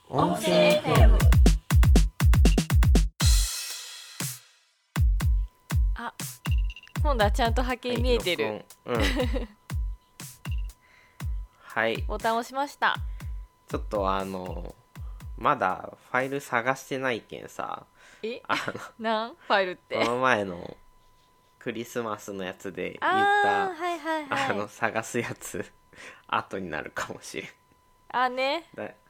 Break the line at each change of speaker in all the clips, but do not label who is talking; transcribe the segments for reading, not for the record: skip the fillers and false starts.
音声 FM。
あ、今度はちゃんと波形見えてる、
はい、
ボタン押しました。
ちょっとまだファイル探してないけんさ、
なんファイルって
この前のクリスマスのやつで言った
はいはいはい、
探すやつ後になるかもしれん。
ね、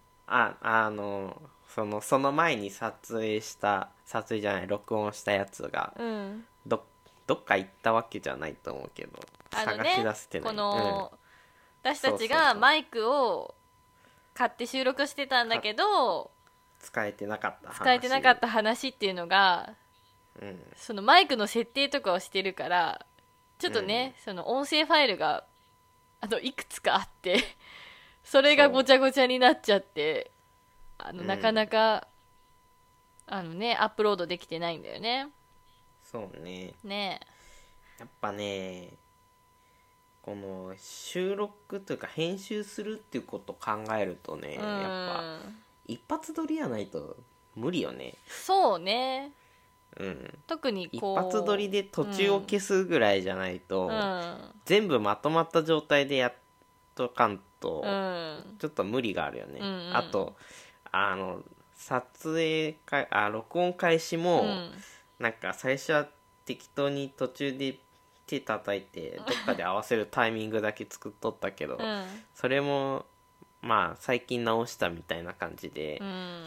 その前に撮影じゃない、録音したやつがどっか行ったわけじゃないと思うけど、探し出せてない。
この、私たちがマイクを買って収録してたんだけど
使えてなかった
話っていうのが、そのマイクの設定とかをしてるからちょっとね、その音声ファイルがいくつかあってそれがごちゃごちゃになっちゃってなかなかアップロードできてないんだよね。
そうね。
ね
やっぱね、この収録というか編集するっていうことを考えるとね、やっぱ一発撮りやないと無理よね。
そうね、特に
一発撮りで途中を消すぐらいじゃないと、全部まとまった状態でやっとかんと、ちょっと無理があるよね。あと録音開始も、なんか最初は適当に途中で手叩いてどっかで合わせるタイミングだけ作っとったけど、それもまあ最近直したみたいな感じで、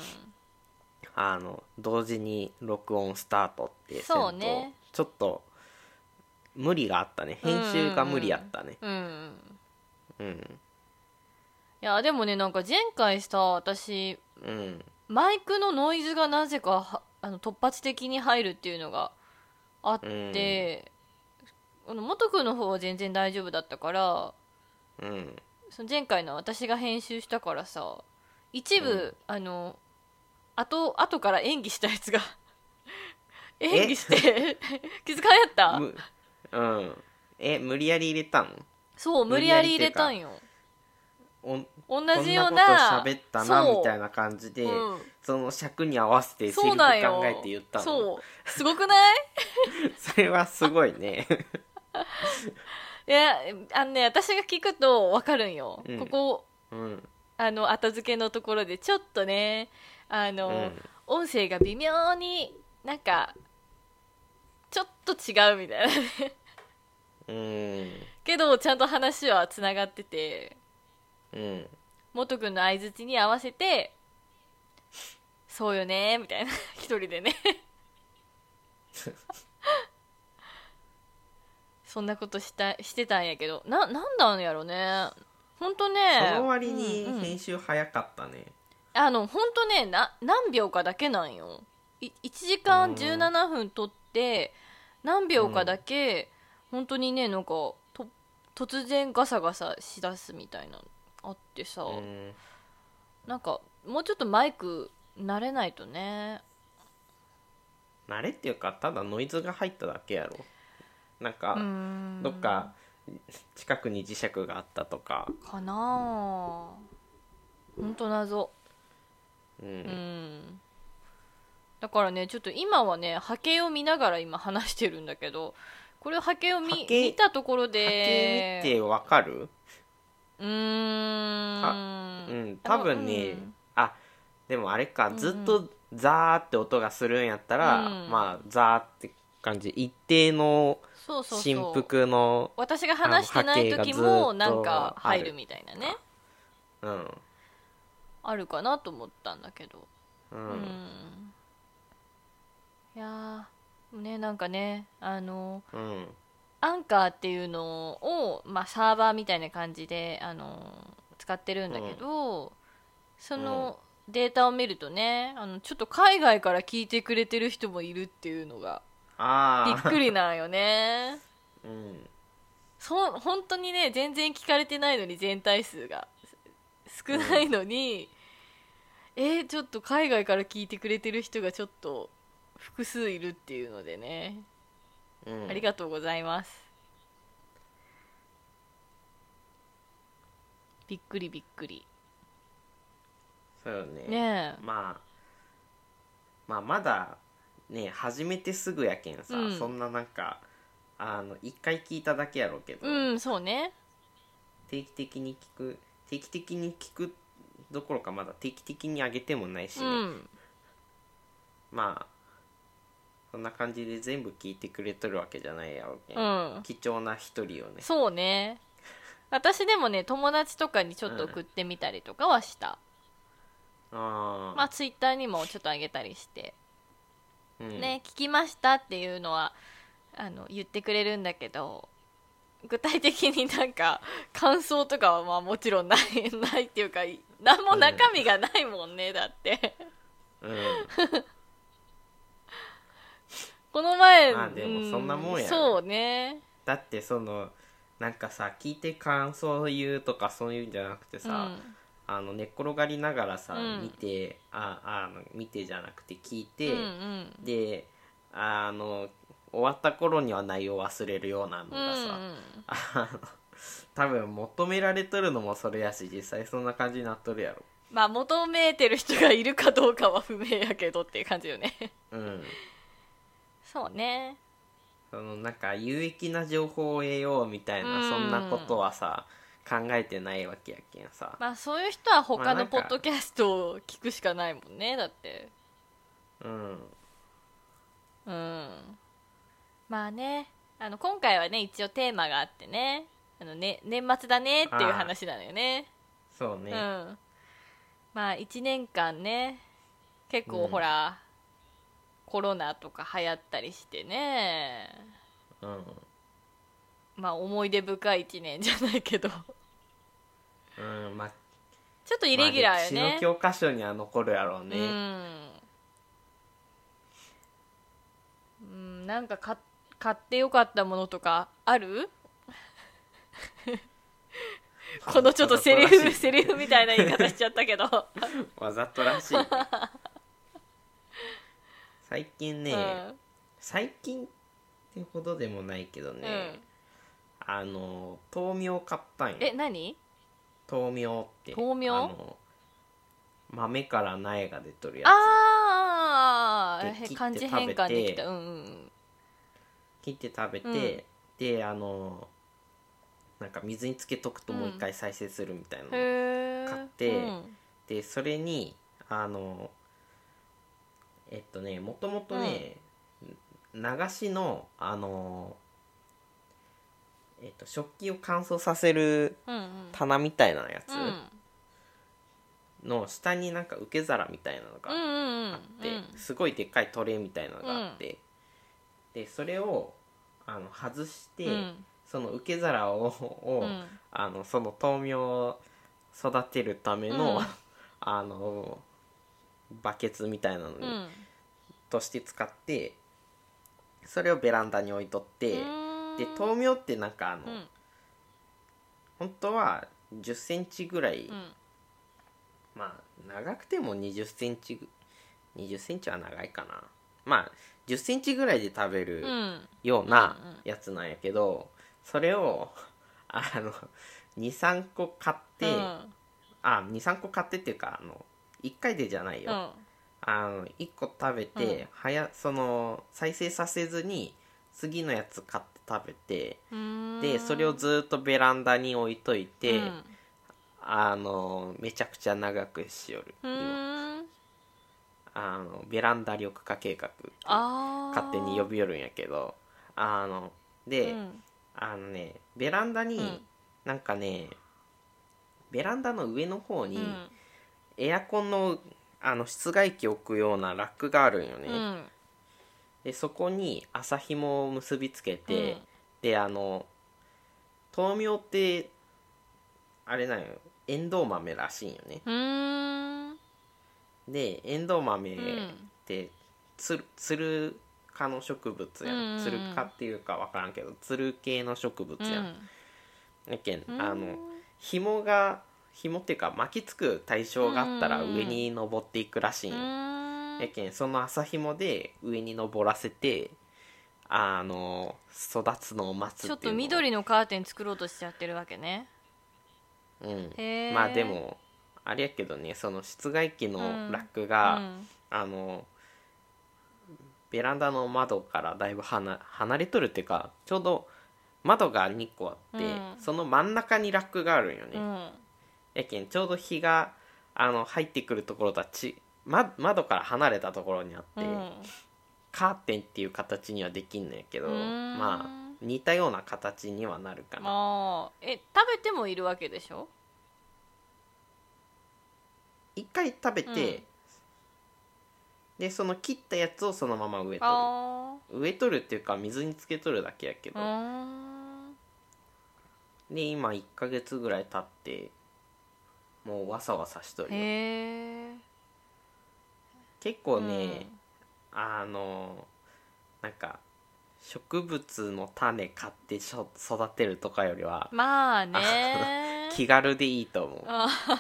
同時に録音スタートってせんと、
そうね、
ちょっと無理があったね。編集が無理やったね。
いやでもね、なんか前回さ、私、マイクのノイズがなぜか突発的に入るっていうのがあって、元くんの方は全然大丈夫だったから、その前回の私が編集したからさ、一部、後から演技したやつが演技して気づかんやった？
無理やり入れたの？
そう、無理やり入れたんよ。同じような
こんなこと喋ったなみたいな感じで、その尺に合わせてセリフ考えて言ったの。
そうすごくない？
それはすごいね。
いや私が聞くと分かるんよ、ここ、後付けのところでちょっとね、音声が微妙になんかちょっと違うみたいなね。けどちゃんと話はつながってて、元くんの相づちに合わせてそうよねみたいな一人でねそんなことしてたんやけど、なんなんやろね、ほんとね。
その割に編集早かったね。
ほんとね、何秒かだけなんよ。1時間17分撮って何秒かだけ、本当にね、なんか突然ガサガサしだすみたいなのあってさ、なんかもうちょっとマイク慣れないとね。
慣れっていうか、ただノイズが入っただけやろ。なんかどっか近くに磁石があったとか
かなあ、ほんと謎。だからね、ちょっと今はね、波形を見ながら今話してるんだけど、これ波形を見たところで、
波形見てわかる？多分ね、でもあれか、ずっとザーって音がするんやったら、まあザーって感じ、一定の振幅の
私が話してない時もなんか入るみたいなね、あるかなと思ったんだけど、いやーね、なんかね、アンカーっていうのを、サーバーみたいな感じで、使ってるんだけど、そのデータを見るとね、ちょっと海外から聞いてくれてる人もいるっていうのがびっくりなんよね。本当にね、全然聞かれてないのに、全体数が少ないのに、ちょっと海外から聞いてくれてる人がちょっと複数いるっていうのでね、ありがとうございます。びっくりびっくり。
そうよね。
ねえ、
まだね始めてすぐやけんさ、そんななんか一回聞いただけやろうけど、
そうね、
定期的に聞くどころかまだ定期的に上げてもないしね、まあそんな感じで全部聞いてくれとるわけじゃないやろうけん、貴重な一人をね。
そうね、私でもね友達とかにちょっと送ってみたりとかはした、まあツイッターにもちょっと上げたりして、ね、聞きましたっていうのは言ってくれるんだけど、具体的になんか感想とかはまあもちろんないっていうか、何も中身がないもんね、だってこの前
まあでもそんなもんやろ、
そうね、
だってなんかさ聞いて感想を言うとかそういうんじゃなくてさ、寝っ転がりながらさ、見て見てじゃなくて聞いて、で終わった頃には内容忘れるようなのがさ、多分求められとるのもそれやし、実際そんな感じになっとるやろ。
まあ求めてる人がいるかどうかは不明やけどっていう感じよねそうね、
なんか有益な情報を得ようみたいな、そんなことはさ考えてないわけやけんさ、
まあそういう人は他のポッドキャストを聞くしかないもんね、だってまあね、今回はね一応テーマがあってね、年末だねっていう話なのよね。
そうね、
まあ1年間ね結構ほら、コロナとか流行ったりしてね、まあ思い出深い1年じゃないけど
まあ
ちょっとイレギュラーよね、
歴史の教科書には残るやろうね。
なんか買ってよかったものとかあるこのちょっとセリフみたいな言い方しちゃったけど
わざとらしい、ね、最近ね、最近ってほどでもないけどね、豆苗買ったんよ。
何
豆苗って、
豆苗、
豆から苗が出とるやつ、
漢字変換できた、
切って食べて、でなんか水につけとくともう一回再生するみたいなのを買って、でそれにもともとね、流しの食器を乾燥させる棚みたいなやつの下になんか受け皿みたいなのがあって、すごいでっかいトレーみたいなのがあって、でそれを外して、その受け皿をその豆苗を育てるための、バケツみたいなのに、として使って、それをベランダに置いとって、で豆苗ってなんか本当は10センチぐらい、まあ長くても20センチは長いかな、まあ10センチぐらいで食べるようなやつなんやけど、それを23個買って、23個買ってっていうか1回でじゃないよ、1個食べて、その再生させずに次のやつ買って食べて、でそれをずっとベランダに置いといて、めちゃくちゃ長くしよる。ベランダ緑化計画って勝手に呼びよるんやけど、で、ベランダに、なんかねベランダの上の方に、エアコンの室外機を置くようなラックがあるんよね、でそこに麻紐を結びつけて、で豆苗ってあれなんよ、エンドウ豆らしいんよね。でエンドウ豆ってつる科の植物やん、つる科っていうか分からんけどつる系の植物やん、やけん紐っていうか巻きつく対象があったら上に登っていくらしいんよ、やけんその麻紐で上に登らせて育つのを待つっていうのを、
ちょっと緑のカーテン作ろうとしちゃってるわけね。
まあでもあれやけどね、その室外機のラックが、ベランダの窓からだいぶ離れとるっていうか、ちょうど窓が2個あって、その真ん中にラックがあるんよね。やけんちょうど日が入ってくるところとは窓から離れたところにあって、カーテンっていう形にはできんのやけど、まあ似たような形にはなるかな。
食べてもいるわけでしょ？
一回食べて、でその切ったやつをそのまま植えとるっていうか水につけとるだけやけど、で今1ヶ月ぐらい経ってもうわさわさしとるよ。結構ね、なんか植物の種買って育てるとかよりは
まあね
気軽でいいと思う。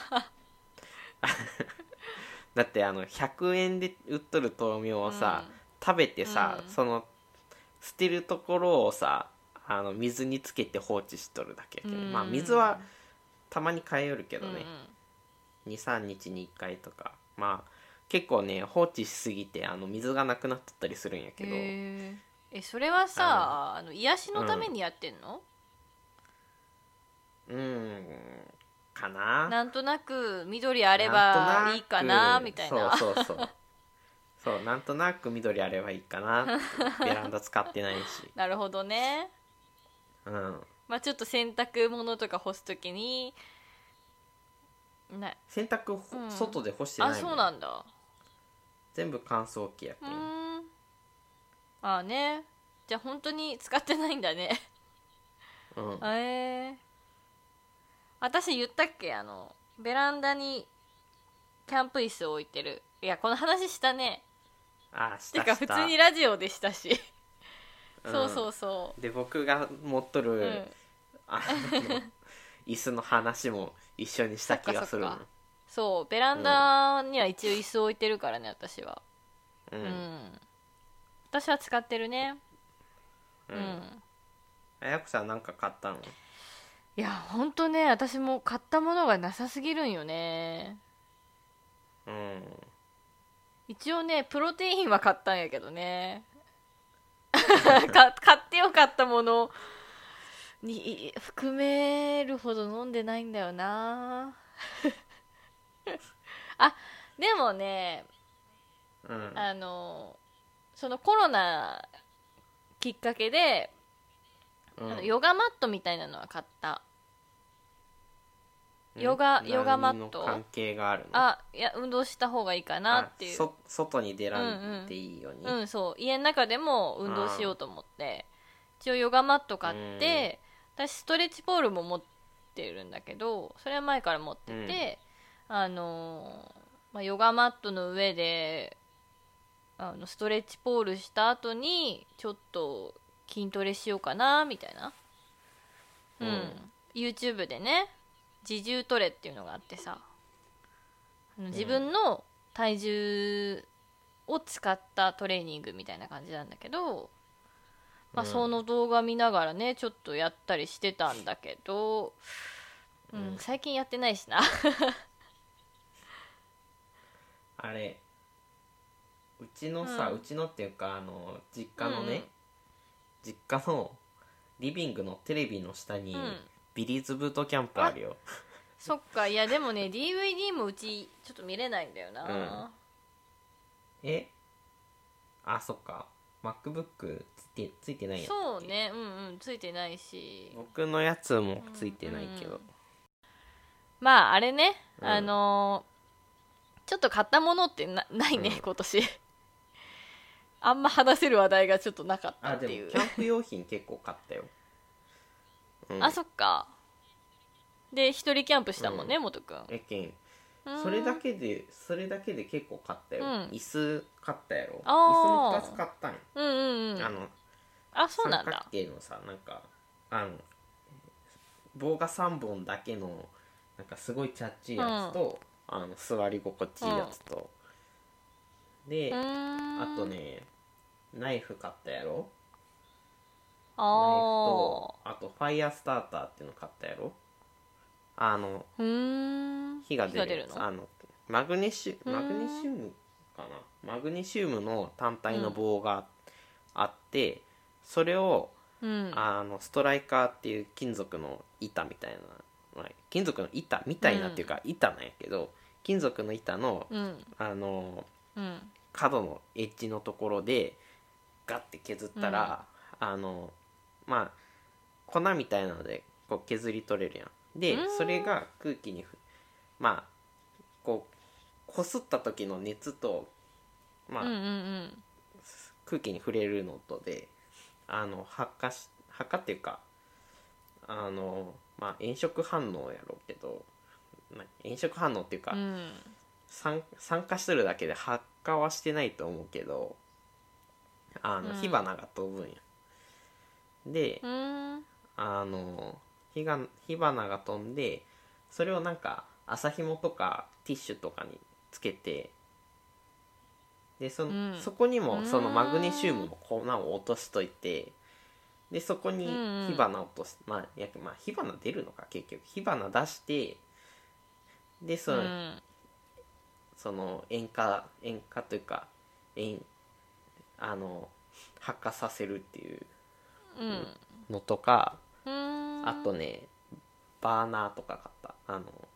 だって100円で売っとる豆苗をさ、食べてさ、その捨てるところをさ水につけて放置しとるだけやけど、まあ水はたまに変えよるけどね、23日に1回とか、まあ結構ね放置しすぎて水がなくなっとったりするんやけど。
それはさ癒しのためにやってんの？
かな。
なんとなく緑あればいいかなみたいな。
そうなんとなく緑あればいいかなベランダ使ってないし。
なるほどね。まあちょっと洗濯物とか干すときに
洗濯、外で干してないもん。
そうなんだ。
全部乾燥機やけん。
ね。じゃあ本当に使ってないんだね。私言ったっけベランダにキャンプ椅子を置いてる。いやこの話したね。
した
てか普通にラジオでしたし。そう
で僕が持っとる、椅子の話も一緒にした気がするの。
そうベランダには一応椅子置いてるからね私は。私は使ってるね。
あやこさんなんか買ったの？
いやほんとね私も買ったものがなさすぎるんよね。一応ねプロテインは買ったんやけどね買ってよかったものに含めるほど飲んでないんだよなでもね、そのコロナきっかけで、ヨガマットみたいなのは買った。ヨガマット。
何の関係があるの？
いや運動した方がいいかなっていう。
外に出らんでいいように。
そう家の中でも運動しようと思って一応ヨガマット買って、私ストレッチポールも持ってるんだけどそれは前から持ってて、ヨガマットの上でストレッチポールした後にちょっと筋トレしようかなみたいな、YouTube でね自重トレっていうのがあってさ自分の体重を使ったトレーニングみたいな感じなんだけど、その動画見ながらねちょっとやったりしてたんだけど、最近やってないしな
あれうちのさ、うちのっていうか実家のね、実家のリビングのテレビの下に、ビリーズブートキャンプあるよ
そっか。いやでもね DVD もうちちょっと見れないんだよな、
そっか MacBook ついてないやつ。
そうねついてないし
僕のやつもついてないけど、
まああれね、ちょっと買ったものってないね、今年あんま話せる話題がちょっとなかったっていう。
でもキャンプ用品結構買ったよ
そっか。で一人キャンプしたもんね、元くん。
それだけで結構買ったよ、椅子買ったやろ。椅子も2つ買ったんよ。
そうなんだ。
三角形のさなんか棒が3本だけのなんかすごいチャッチいやつと、座り心地いいやつと、であとねナイフ買ったやろ。ナイフとあとファイヤースターターっていうの買ったやろ。 火が出るの。マグネシウムかな、マグネシウムの単体の棒があって、それを、ストライカーっていう金属の板みたいな、金属の板みたいなっていうか、板なんやけど、金属の板の、角のエッジのところでガッて削ったら、粉みたいなのでこう削り取れるやん。でそれが空気にこうこすった時の熱と、空気に触れるのとで発火っていうか炎色反応やろうけど、炎色反応っていうか、酸化してるだけで発火はしてないと思うけど、火花が飛ぶんや。で火花が飛んで、それをなんか麻紐とかティッシュとかにつけて、でそこにもそのマグネシウムの粉を落としといて、でそこに火花を落とす、火花出るのか、結局火花出して、でその塩化というか発火させるっていうのとか、あとねバーナーとか買った。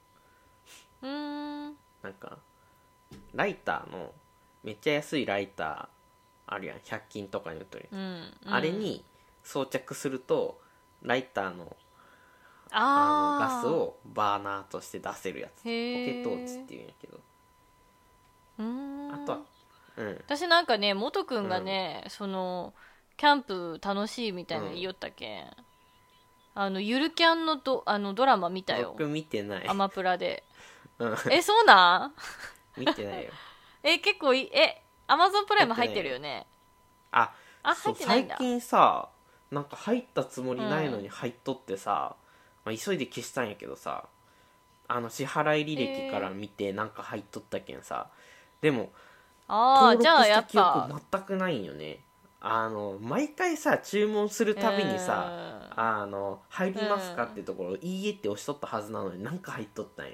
なんかライターのめっちゃ安いライターあるやん、100均とかに売っとる、あれに装着するとライターのガスをバーナーとして出せるやつ、ポケトーチっていうんやけど、あとは
私なんかね、元くんがね、そのキャンプ楽しいみたいな言いよったけん、ゆるキャンのドラマ見たよ。
僕見てない。
アマプラで。そうなん
見てないよ。
結構アマゾンプライム入ってるよね。
入ってないんだ。最近さ、なんか入ったつもりないのに入っとってさ、急いで消したんやけどさ、支払い履歴から見てなんか入っとったけんさ、でも登録した記憶全くないんよね。毎回さ注文するたびにさ、入りますかってところ、いいえって押しとったはずなのになんか入っとったんよ。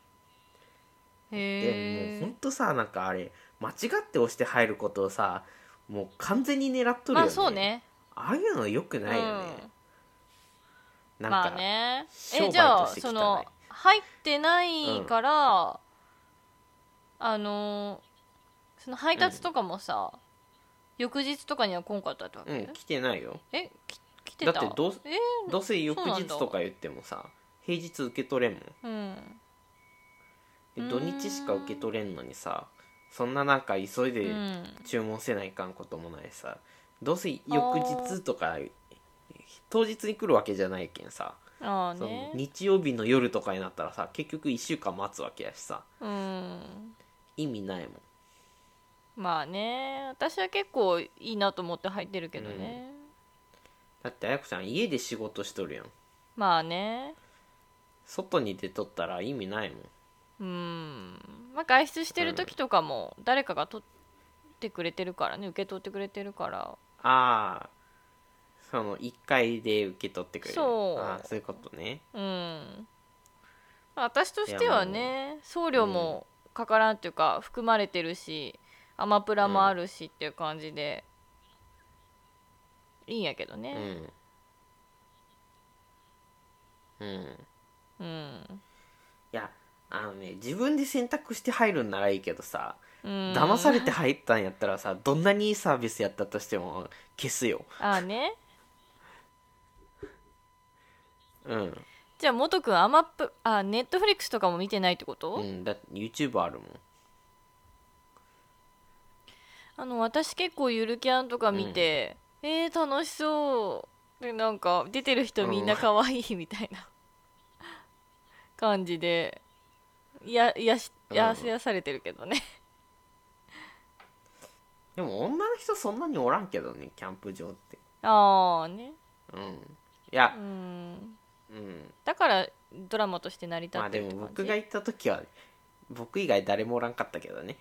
でもうほんとさ、なんかあれ間違って押して入ることをさ、もう完全に狙っとるよね。
そうね。
ああいうのよくないよね。
なんかね。じゃあその入ってないから、その配達とかもさ、翌日とかには来んかったってわけ？
来てないよ。
来てた。
だってどうせ翌日とか言ってもさ、平日受け取れんもん。土日しか受け取れんのにさ、そんななんか急いで注文せないかんこともないさ、どうせ翌日とか当日に来るわけじゃないけんさ、その日曜日の夜とかになったらさ、結局1週間待つわけやしさ、意味ないもん。
まあね、私は結構いいなと思って入ってるけどね、
だってあやこちゃん家で仕事しとるやん。
まあね、
外に出とったら意味ないもん。
外出してる時とかも誰かが取ってくれてるからね、受け取ってくれてるから。
その1回で受け取ってくれる。そういうことね。
私としてはね、送料もかからんっていうか含まれてるし、アマプラもあるしっていう感じで、いいんやけどね。
いや自分で選択して入るんならいいけどさ、騙されて入ったんやったらさ、どんなにいいサービスやったとしても消すよ。
ね。じゃあ元くんネットフリックスとかも見てないってこと？
だって YouTube ある
もん。私結構ゆるキャンとか見て、楽しそうで、なんか出てる人みんな可愛いみたいな感じで癒されてるけどね。
でも女の人そんなにおらんけどね、キャンプ場って。
ね。
いや、
だからドラマとして成り立ってるって感じ。
でも僕が行った時は僕以外誰もおらんかったけどね。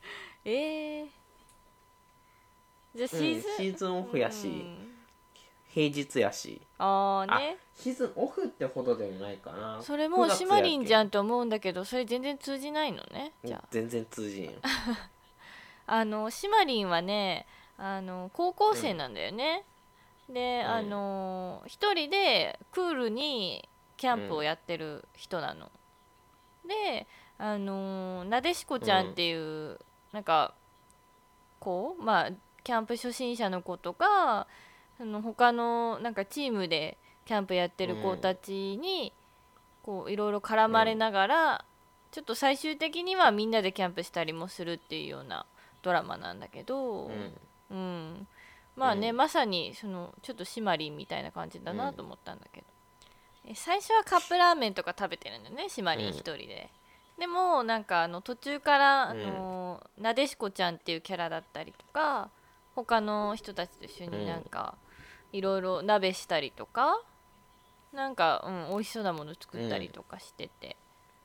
じゃあシーズン
オフやし、 平日やし。
ああね、
シーズンオフってほどでもないかな。
それもうシマリンじゃんと思うんだけど、それ全然通じないのね。じゃあ
全然通じんよ。
シマリンはね、高校生なんだよね、で、一人でクールにキャンプをやってる人なの、で、なでしこちゃんっていう、なんかこう、まあキャンプ初心者の子とか、他のなんかチームでキャンプやってる子たちにこういろいろ絡まれながら、ちょっと最終的にはみんなでキャンプしたりもするっていうようなドラマなんだけど、まあね、まさにそのちょっとシマリンみたいな感じだなと思ったんだけど、最初はカップラーメンとか食べてるんだよね、シマリン一人で。でもなんか途中からなでしこちゃんっていうキャラだったりとか、他の人たちと一緒になんかいろいろ鍋したりとか、なんか、美味しそうなもの作ったりとかしてて、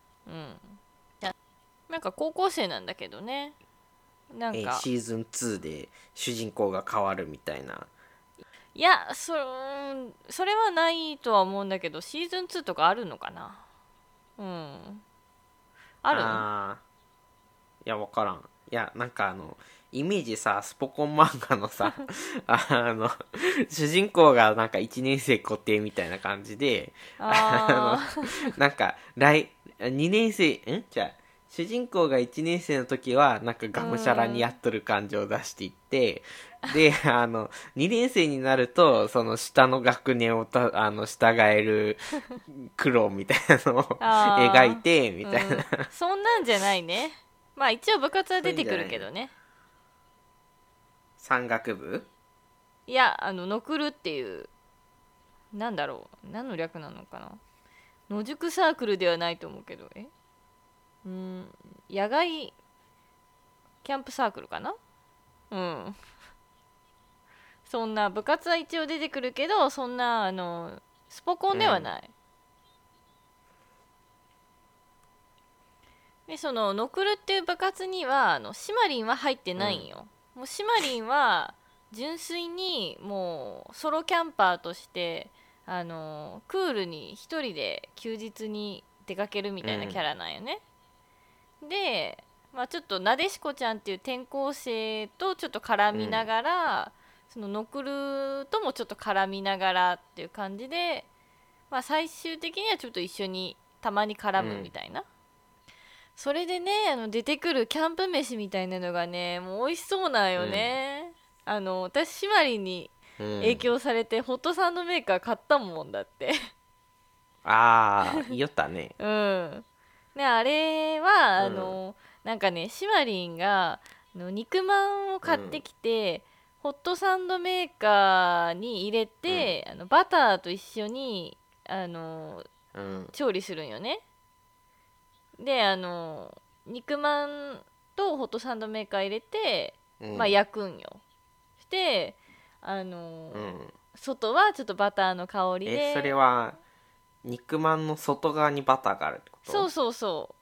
なんか高校生なんだけどね、なんか
シーズン2で主人公が変わるみたいな。
いや、それはないとは思うんだけど、シーズン2とかあるのかな。あるん？
いや分からん。いやなんかイメージさ、スポコン漫画のさ主人公がなんか1年生固定みたいな感じで、なんか2年生じゃあ主人公が1年生の時はなんかがむしゃらにやっとる感じを出していって、で2年生になるとその下の学年を従える苦労みたいなのを描いてみたいな、
そんなんじゃないね。まあ一応部活は出てくるけどね。
山岳部？
いや、ノクルっていう、なんだろう、何の略なのかな。野宿サークルではないと思うけど、野外キャンプサークルかな。そんな部活は一応出てくるけど、そんなスポコンではない。で、そのノクルっていう部活にはシマリンは入ってないんよ。もうシマリンは純粋にもうソロキャンパーとしてクールに一人で休日に出かけるみたいなキャラなんよね。で、まあ、ちょっとなでしこちゃんっていう転校生とちょっと絡みながら、そのノクルともちょっと絡みながらっていう感じで、まあ、最終的にはちょっと一緒にたまに絡むみたいな、それでね、出てくるキャンプ飯みたいなのがね、もう美味しそうなんよね。私シマリンに影響されて、ホットサンドメーカー買ったもんだって
言ったね。
ね、あれはなんかね、シマリンが肉まんを買ってきて、ホットサンドメーカーに入れて、バターと一緒に調理するんよね。で肉まんとホットサンドメーカー入れて、まあ焼くんよ。して外はちょっとバターの香りで。
それは肉まんの外側にバターがあるってこと？
そうそうそう。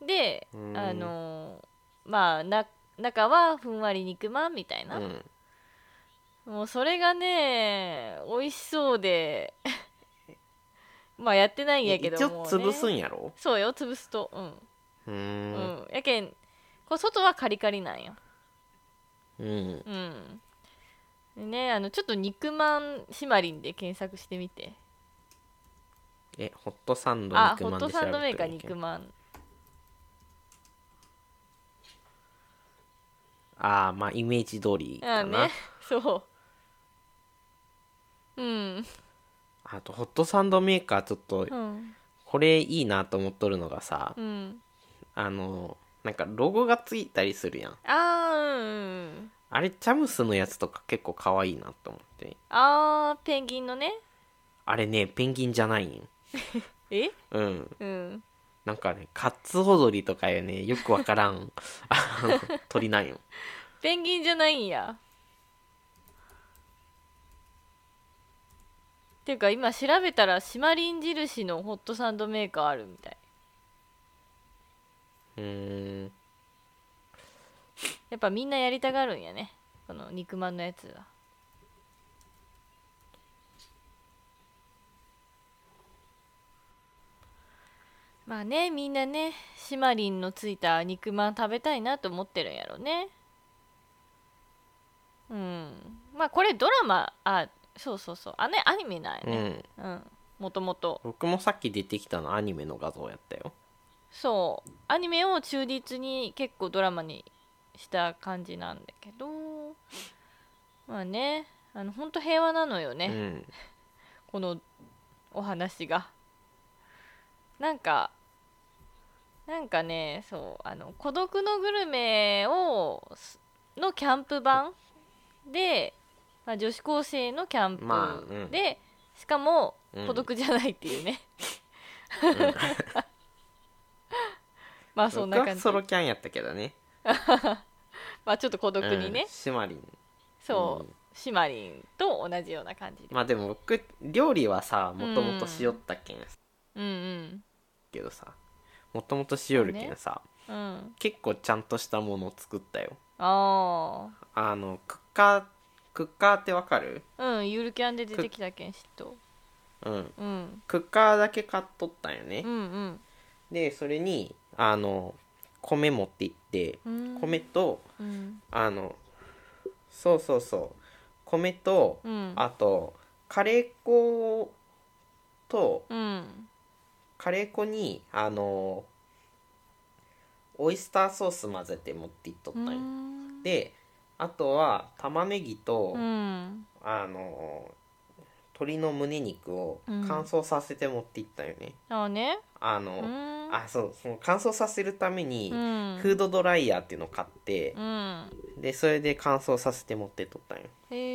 でまあ中はふんわり肉まんみたいな、もうそれがね美味しそうでまあやってないんやけども、ね、
一応潰すんやろ？
そうよ、潰すとやけんこう外はカリカリなんよ。でね、ちょっと肉まんシマリンで検索してみて。
ホットサンド肉まんで調べてみて。
ホットサンドメーカー肉まん。
まあイメージ通りかな。
ね、そう。
あとホットサンドメーカーちょっと、これいいなと思っとるのがさ、なんかロゴがついたりするやん。あれチャムスのやつとか結構可愛いなと思って。
ペンギンのね。
あれね、ペンギンじゃないんよ。なんかね、カッツ踊りとかいうね、よくわからん鳥なんよ。
ペンギンじゃないんや。っていうか今調べたらシマリン印のホットサンドメーカーあるみたい。やっぱみんなやりたがるんやね、この肉まんのやつは。 まあね、みんなねシマリンのついた肉まん食べたいなと思ってるんやろね。うん。まあこれドラマ、そうそうそう、アニメなんやね。うん。もともと。
僕もさっき出てきたのアニメの画像やったよ。
そう。アニメを中立に結構ドラマにした感じなんだけど、まあね、ほんと平和なのよね。このお話が。なんか、なんかね、そう、孤独のグルメのキャンプ版で、まあ、女子高生のキャンプで、しかも孤独じゃないっていうね。まあそんな感じ。
僕はソロキャンやったけどね。
まあちょっと孤独にね。
シマリン。
そう、シマリンと同じような感じで。
まあでも僕料理はさもともとしよったけん、けどさ、もともとしよるけんさ、結構ちゃんとしたものを作ったよ。クッカーってわかる？
ゆるキャンで出てきたけん知っと。
クッカーだけ買っとったんよね。でそれに米持って行って、米と、そうそうそう、米と、あとカレー粉と、カレー粉にオイスターソース混ぜて持っていっとったんよ。であとは玉ねぎと、鶏の胸肉を乾燥させて持っていったよね。そうその乾燥させるためにフードドライヤーっていうのを買って、でそれで乾燥させて持ってっとったんよ。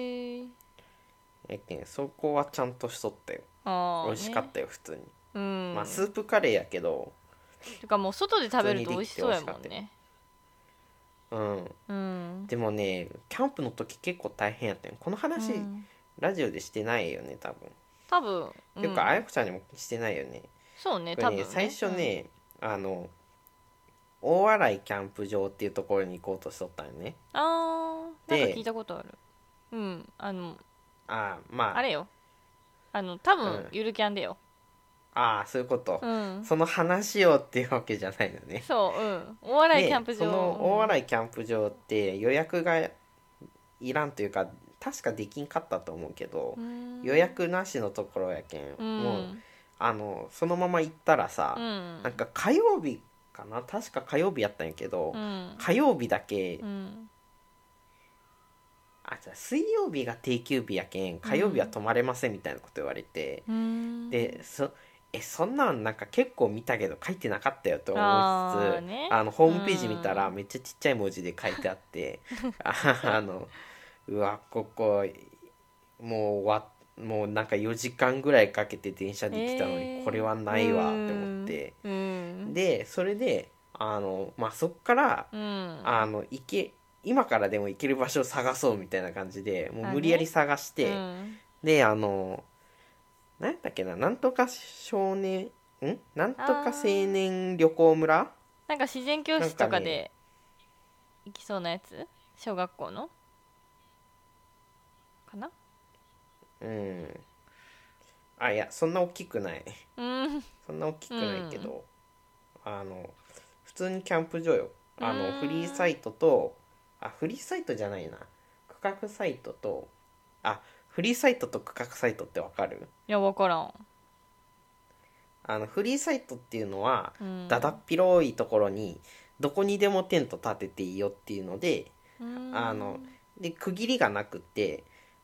そこはちゃんとしとったよ。美味しかったよ普通に。まあスープカレーやけど、
てかもう外で食べると美味しそうやもんね。
でもねキャンプの時結構大変やったよ。この話、ラジオでしてないよね多分。っていうかあやこちゃんにもしてないよね。
そうね、
これね、最初ね、大洗キャンプ場っていうところに行こうとしとったよね。
なんか聞いたことある。
まあ
あれよ、多分、ゆるキャンでよ。
そういうこと、その話をっていうわけじゃないのね。
そう、大洗キャンプ場。
その大洗キャンプ場って予約がいらんというか確かできんかったと思うけど、予約なしのところやけん、もうそのまま行ったらさ、なんか火曜日かな、確か火曜日やったんやけど、火曜日だけ、じゃあ水曜日が定休日やけん火曜日は泊まれませんみたいなこと言われて、でそんなんなんか結構見たけど書いてなかったよと思いつつ、ホームページ見たらめっちゃちっちゃい文字で書いてあってうわここもうなんか4時間ぐらいかけて電車で来たのにこれはないわって思って、でそれでそっから、今からでも行ける場所を探そうみたいな感じでもう無理やり探して、で何やったっけな、なんとか少年なんとか青年旅行村、
なんか自然教室とかで行きそうなやつ、小学校のかな。
いやそんな大きくない、そんな大きくないけど、普通にキャンプ場よ。フリーサイトとフリーサイトじゃないな、区画サイトとフリーサイトと区画サイトってわかる？
いや分からん。
フリーサイトっていうのは、だだっ広いところにどこにでもテント立てていいよっていうので、で区切りがなくって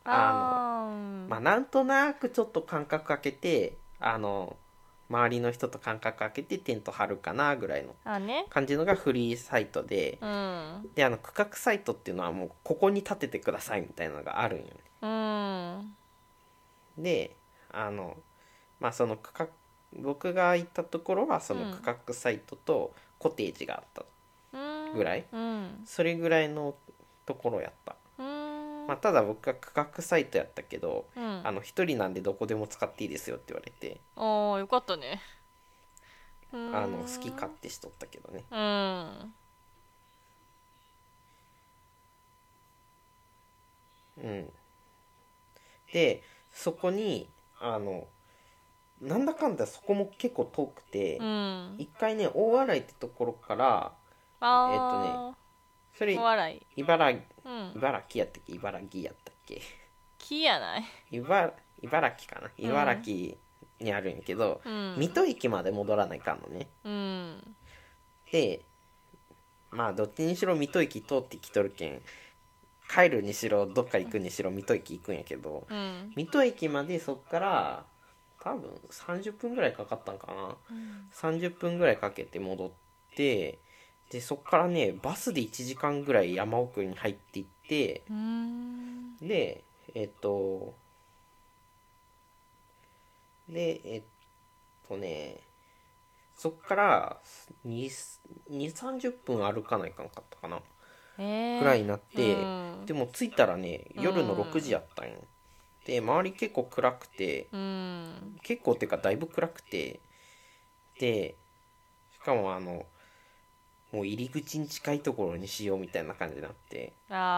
なんとなくちょっと間隔空けて周りの人と間隔空けてテント張るかなぐらいの感じのがフリーサイトで、で区画サイトっていうのはもうここに立ててくださいみたいなのがあるんよね。でその区画、僕が行ったところはその区画サイトとコテージがあったぐらい、それぐらいのところやった。ただ僕は区画サイトやったけど、一人なんでどこでも使っていいですよって言われて、
よかったね。
好き勝手しとったけどね。でそこになんだかんだそこも結構遠くて、一回ね大洗ってところからそれ茨城やったっけ茨城やったっけ
木やない
茨城かな茨城にあるんやけど、水戸駅まで戻らないかんのね。でまあどっちにしろ水戸駅通ってきとるけん、帰るにしろどっか行くにしろ水戸駅行くんやけど、水戸駅までそっから多分30分ぐらいかかったんかな、30分ぐらいかけて戻って、でそっからねバスで1時間ぐらい山奥に入っていって、でそっから2、30分歩かないかんかったかな、ぐらいになって、でも着いたらね夜の6時やったんよ。で周り結構暗くて、結構っていうかだいぶ暗くて、でしかももう入り口に近いところにしようみたいな感じになって、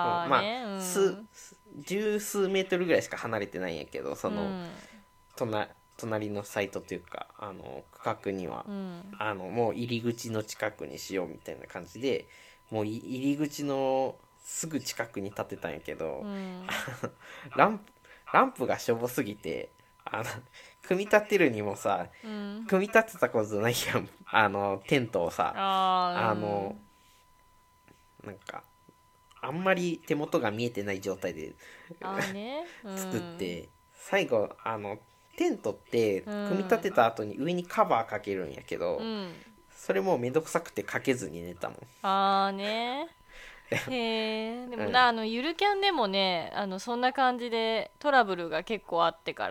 十数メートルぐらいしか離れてないんやけど、その、隣のサイトというか区画には、もう入り口の近くにしようみたいな感じで、もう入り口のすぐ近くに建てたんやけど、ランプがしょぼすぎて組み立てるにもさ、組み立てたことないやんテントをさ、なんかあんまり手元が見えてない状態で作って、最後テントって組み立てた後に上にカバーかけるんやけど、それもめんどくさくてかけずに寝たもん。
へえ。でもゆるキャンでもねそんな感じでトラブルが結構あってから、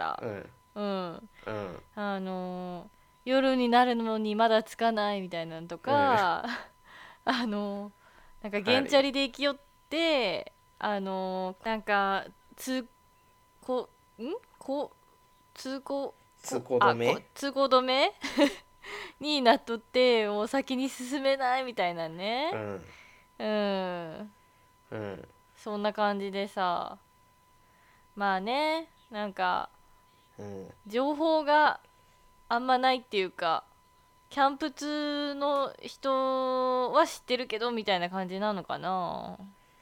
夜になるのにまだ着かないみたいなのとか、なんか原チャリで行きよって、なんか通行止めになっとって、もう先に進めないみたいなね。そんな感じでさ、まあね、なんか情報があんまないっていうか、キャンプ通の人は知ってるけどみたいな感じなのかな。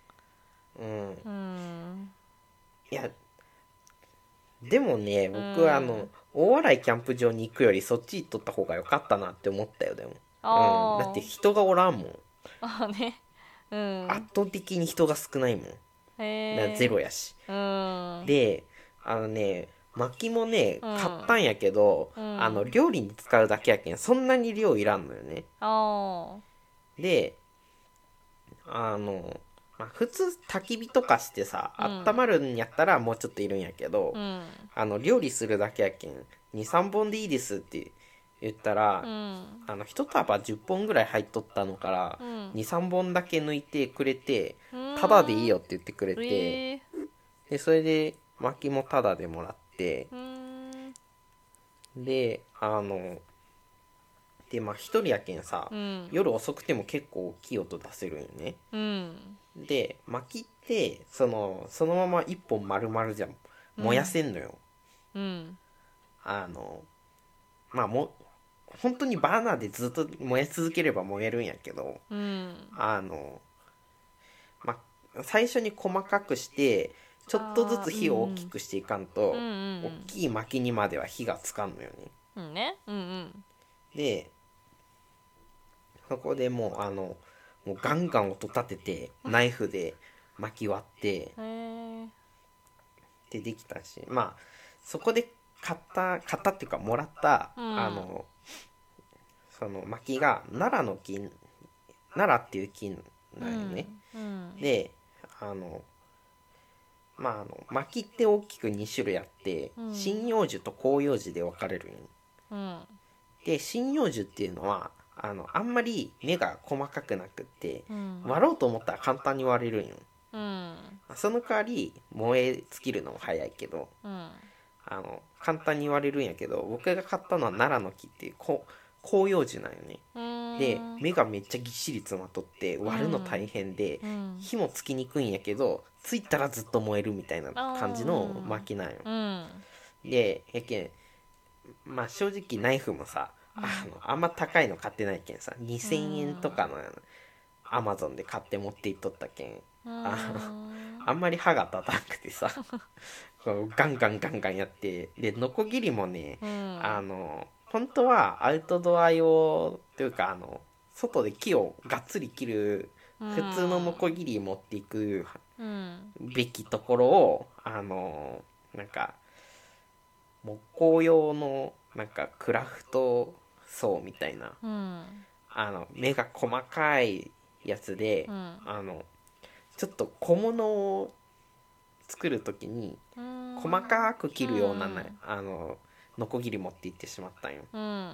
いやでもね、僕は大洗キャンプ場に行くよりそっち行っとった方が良かったなって思ったよ。でもだって人がおらんもん。圧倒的に人が少ないもん。ゼロやし。で薪もね買ったんやけど、料理に使うだけやけんそんなに量いらんのよね。で普通焚き火とかしてさ、温まるんやったらもうちょっといるんやけど、料理するだけやけん23本でいいですって言ったら、1束10本ぐらい入っとったのから、23本だけ抜いてくれて、タダでいいよって言ってくれて、でそれで薪もタダでもらって、で一人やけんさ、夜遅くても結構大きい音出せるんよね。で薪ってそのまま一本丸々じゃ燃やせんのよ。本当にバーナーでずっと燃やし続ければ燃えるんやけど、最初に細かくしてちょっとずつ火を大きくしていかんと、大きい薪にまでは火がつかんのよね。でそこでもうガンガン音立ててナイフで巻き割ってできたし、そこで買ったっていうかもらった、その薪が奈良っていう木なんよね。で薪って大きく2種類あって、針葉樹と広葉樹で分かれるんよ。で針葉樹っていうのはあんまり根が細かくなくって、割ろうと思ったら簡単に割れるんよ。その代わり燃え尽きるのも早いけど、簡単に割れるんやけど、僕が買ったのは奈良の木っていう広葉樹なんよね。で芽がめっちゃぎっしり詰まっとって割るの大変で、火もつきにくいんやけどついたらずっと燃えるみたいな感じの薪なんよ。でやけんまあ正直ナイフもさ、あんま高いの買ってないけんさ、2000円とかのアマゾンで買って持っていっとったけん、あんまり歯が立たなくてさこうガンガンガンガンやって、でノコギリもね、本当はアウトドア用というか、外で木をがっつり切る普通のノコギリ持っていくべきところを、なんか木工用のなんかクラフトソーみたいな、目が細かいやつで、ちょっと小物を作る時に細かく切るような、ノコギリ持って行ってしまったんよ。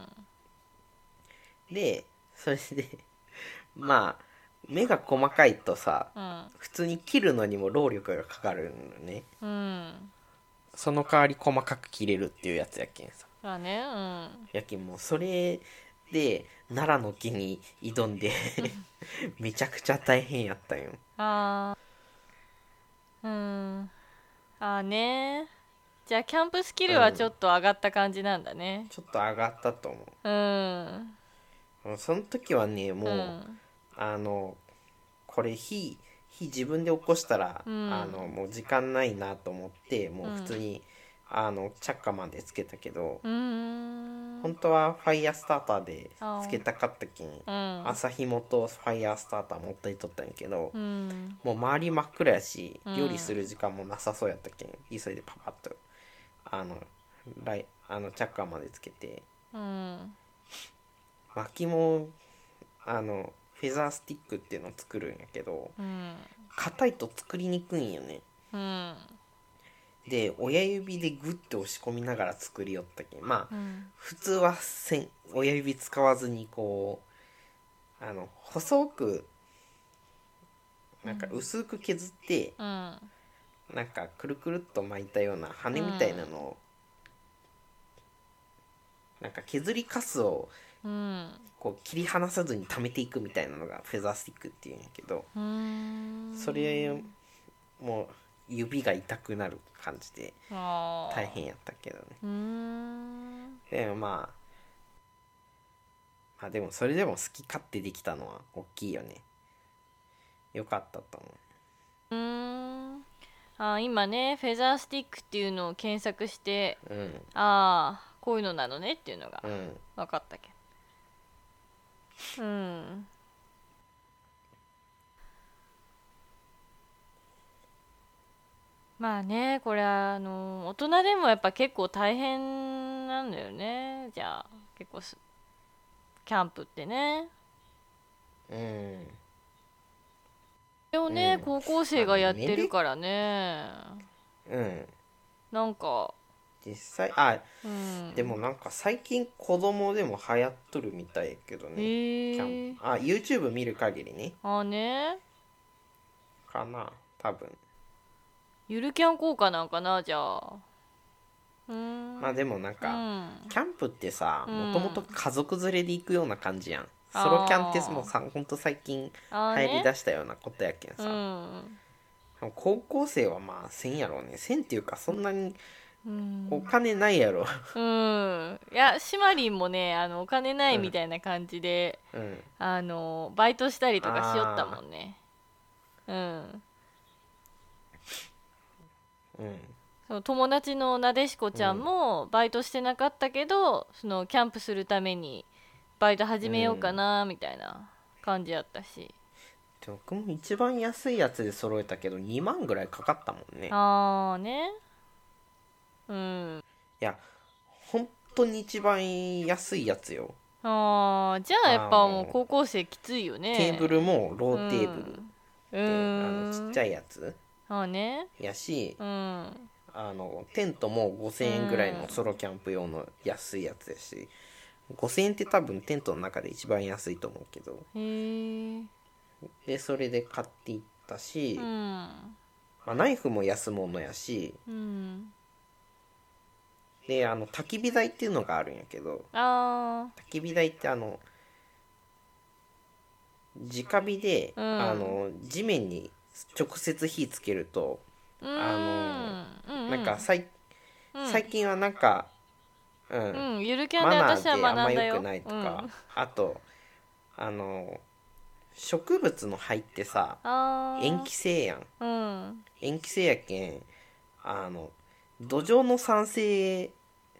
でそれでまあ目が細かいとさ、普通に切るのにも労力がかかるのね。その代わり細かく切れるっていうやつやけんさ。やけんもうそれで奈良の木に挑んでめちゃくちゃ大変やったよ。
ね。じゃあキャンプスキルはちょっと上がった感じなんだね。
ちょっと上がったと思う。その時はねもう、これ火自分で起こしたら、もう時間ないなと思ってもう普通に、チャッカマンでつけたけど、本当はファイヤースターターでつけたかったけん、朝ひもとファイヤースターター持っていっとったんやけど、もう周り真っ暗やし料理する時間もなさそうやったけん、急いでパパッとチャッカーまでつけて、薪もフェザースティックっていうのを作るんやけど、硬いと作りにくいんよね。で親指でグッて押し込みながら作りよったけん、普通は親指使わずにこう細くなんか薄く削って、なんかくるくるっと巻いたような羽みたいなのを、なんか削りカスをこう切り離さずに溜めていくみたいなのがフェザースティックっていうんやけど、それもう指が痛くなる感じで大変やったけどね。でもまあでもそれでも好き勝手できたのは大きいよね。よかったと思
う。今ねフェザースティックっていうのを検索して、こういうのなのねっていうのが分かったけど、まあね、これは大人でもやっぱ結構大変なんだよね。じゃあ結構キャンプってね。それをね、高校生がやってるからね。なんか
実際でもなんか最近子供でも流行っとるみたいやけどね。YouTube 見る限りね。かな多分。
ゆるキャン効果なんかなじゃあ。
まあでもなんか、キャンプってさもともと家族連れで行くような感じやん。ソロキャンってもうさほんと最近流行りだしたようなことやけんさ、高校生はまあせんやろうね。せんっていうかそんなにお金ないやろ。
いやシマリンもねお金ないみたいな感じで、バイトしたりとかしよったもんね。その友達のなでしこちゃんもバイトしてなかったけど、そのキャンプするためにバイト始めようかなみたいな感じやったし、
僕も一番安いやつで揃えたけど2万ぐらいかかったもんね。いや本当に一番安いやつよ。
じゃあやっぱもう高校生きついよね。
テーブルもローテーブルで、ちっちゃいやつやし、テントも5000円ぐらいのソロキャンプ用の安いやつやし、5000円って多分テントの中で一番安いと思うけど、でそれで買っていったし、ナイフも安物やし、で焚き火台っていうのがあるんやけど、焚き火台って直火で、地面に直接火つけるとなんか最近はなんか
ゆるキャンで私は学んだよ。
マナーであんま良くないとか、あと植物の灰ってさ塩基性やん、塩基性やけん土壌の酸性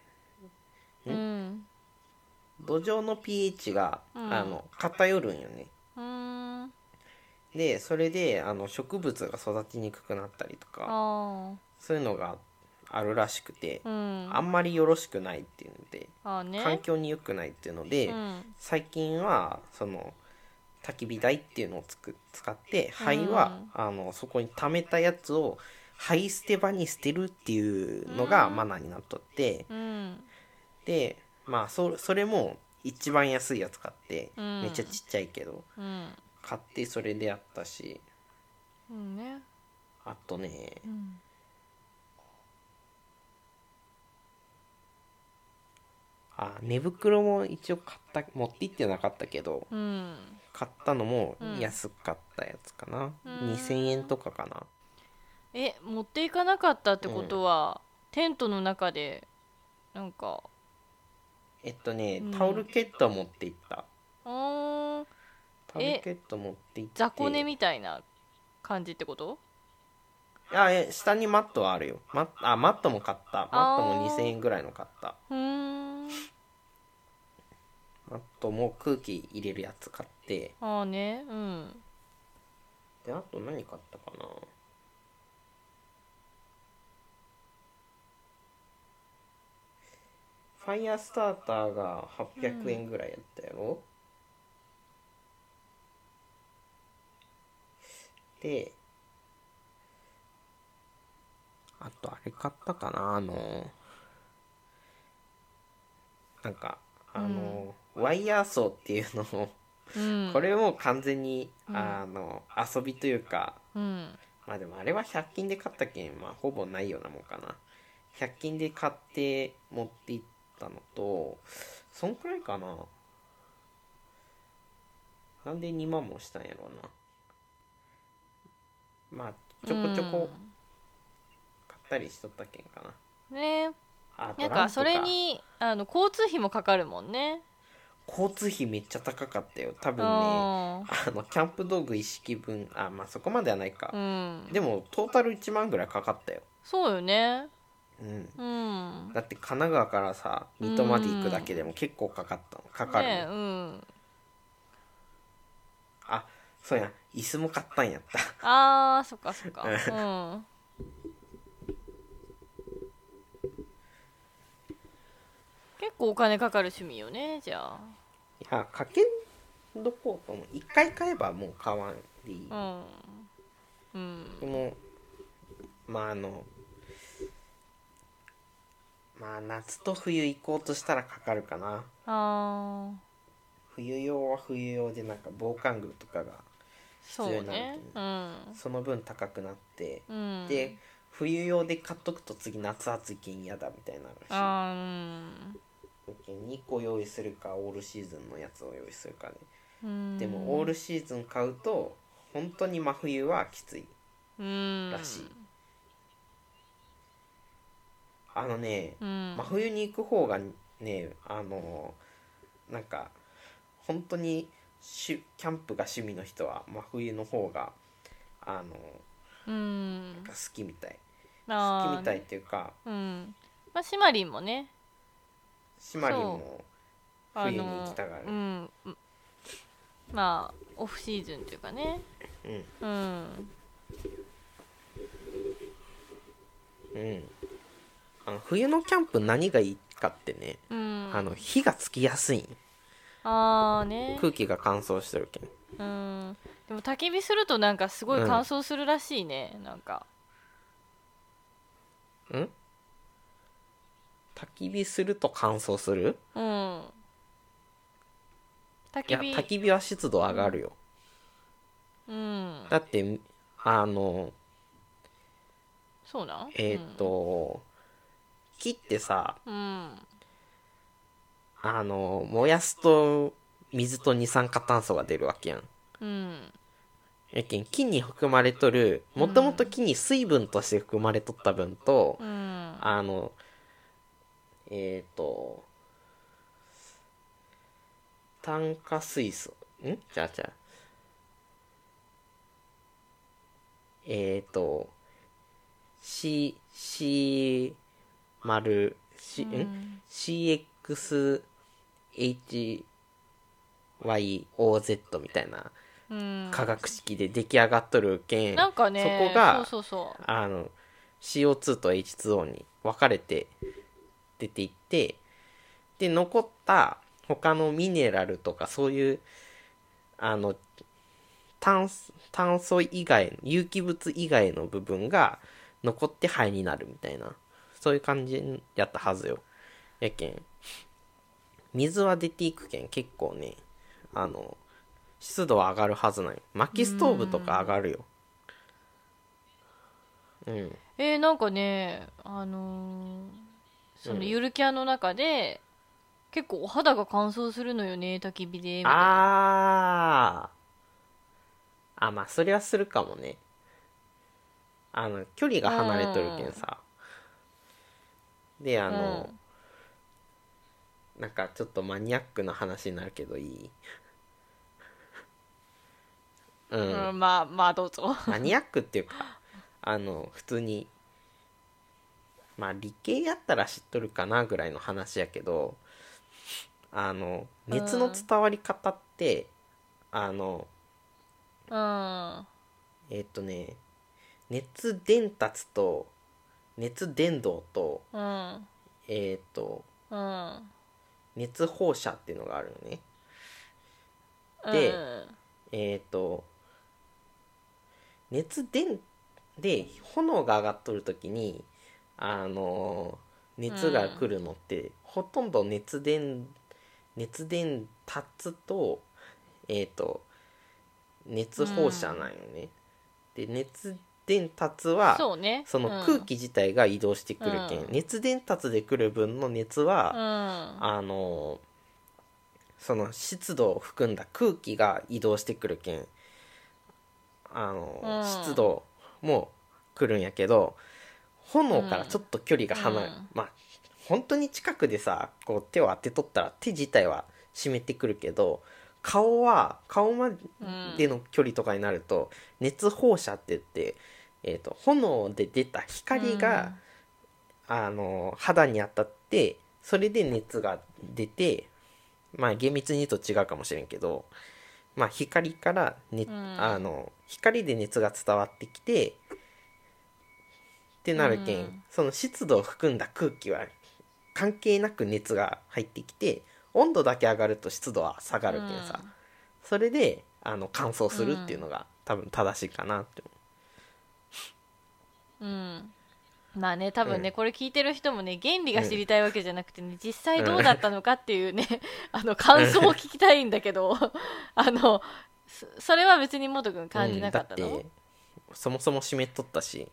土壌の pH が、偏るんよね。でそれで植物が育ちにくくなったりとかそういうのがあるらしくて、あんまりよろしくないっていうので、環境に良くないっていうので、最近はその焚き火台っていうのを使って灰は、そこに溜めたやつを灰捨て場に捨てるっていうのがマナーになっとって、でまあそれも一番安いやつ買って、めっちゃちっちゃいけど、買ってそれでやったし、あとね、寝袋も一応持って行ってなかったけど、買ったのも安かったやつかな、2000円とかかな。
持っていかなかったってことは、テントの中でなんか
タオルケットは持って行った。タオルケット持って行って、
雑魚寝みたいな感じってこと？
下にマットはあるよ。マットも買った。マットも2000円ぐらいの買った。マットも空気入れるやつ買って。であと何買ったかな。ファイヤースターターが800円ぐらいやったやろ。であとあれ買ったかな、なんかワイヤーソーっていうのをこれも完全に遊びというか、まあでもあれは100均で買ったけん、まあほぼないようなもんかな。100均で買って持って行ったのと、そんくらいかな。なんで2万もしたんやろうな。まあちょこちょこ買ったりしとったけんかな。
なんかそれに交通費もかかるもんね。
交通費めっちゃ高かったよ多分ね。キャンプ道具一式分、まあそこまではないか、でもトータル1万ぐらいかかったよ。
そうよね。
だって神奈川からさ水戸まで行くだけでも結構かかるの、そうや椅子も買ったんやった。
そっかそっか。結構お金かかる趣味よねじゃあ。
いやかけんどこうと思う。一回買えばもう買わんでいい。でもまあ夏と冬行こうとしたらかかるかな。冬用は冬用でなんか防寒具とかが必要になるとね、その分高くなって、で冬用で買っとくと次夏暑いけん嫌だみたいになるし、2個用意するかオールシーズンのやつを用意するかで、でもオールシーズン買うと本当に真冬はきついらしい。真冬に行く方がねなんか本当にキャンプが趣味の人は真冬の方がなんか好きみたいっていうか、
シマリンもね、
シマリンも冬に行きたがる。
まあオフシーズンっていうかね。
冬のキャンプ何がいいかってね、火がつきやすいん。空気が乾燥してるけん。
でも焚き火するとなんかすごい乾燥するらしいね、なんか。
焚き火すると乾燥する？焚き火は湿度上がるよ。だって
そうなん？
木ってさ、燃やすと水と二酸化炭素が出るわけやん。やけん木に含まれとる、もともと木に水分として含まれとった分と、 炭化水素じゃあC 丸 CXHYOZ みたいな化学式で出来上がっとるけん、
なんかね、
そこが
そう
CO2 と H2O に分かれて出ていって、で残った他のミネラルとかそういう炭素以外有機物以外の部分が残って灰になるみたいな、そういう感じやったはずよ。やけん水は出ていくけん結構ね湿度は上がるはずない。薪ストーブとか上がるよ。
なんかねそのゆるキャンの中で、結構お肌が乾燥するのよね、焚き火でみたいな。
まあそれはするかもね。距離が離れとるけんさ。でなんかちょっとマニアックな話になるけどいい？
まあどうぞ。
マニアックっていうか普通にまあ理系やったら知っとるかなぐらいの話やけど、熱の伝わり方って熱伝達と熱伝導と熱放射っていうのがあるのね。で熱伝で炎が上がっとる時に熱が来るのって、ほとんど熱伝達と熱放射なんよね。で熱伝達はその空気自体が移動してくるけん、熱伝達で来る分の熱はその湿度を含んだ空気が移動してくるけん湿度も来るんやけど、炎からちょっと距離が離れ、まあ本当に近くでさこう手を当てとったら手自体は湿ってくるけど、顔までの距離とかになると熱放射って言って、炎で出た光が、肌に当たってそれで熱が出て、まあ厳密に言うと違うかもしれんけど、まあ光から、光で熱が伝わってきてってなるけん、その湿度を含んだ空気は関係なく熱が入ってきて、温度だけ上がると湿度は下がるけんさ、それで乾燥するっていうのが多分正しいかなって
思う。まあね、多分ね、これ聞いてる人もね、原理が知りたいわけじゃなくてね、実際どうだったのかっていうね、感想を聞きたいんだけどそれは別に元君感じなかったの？
だってそもそも湿っとったし、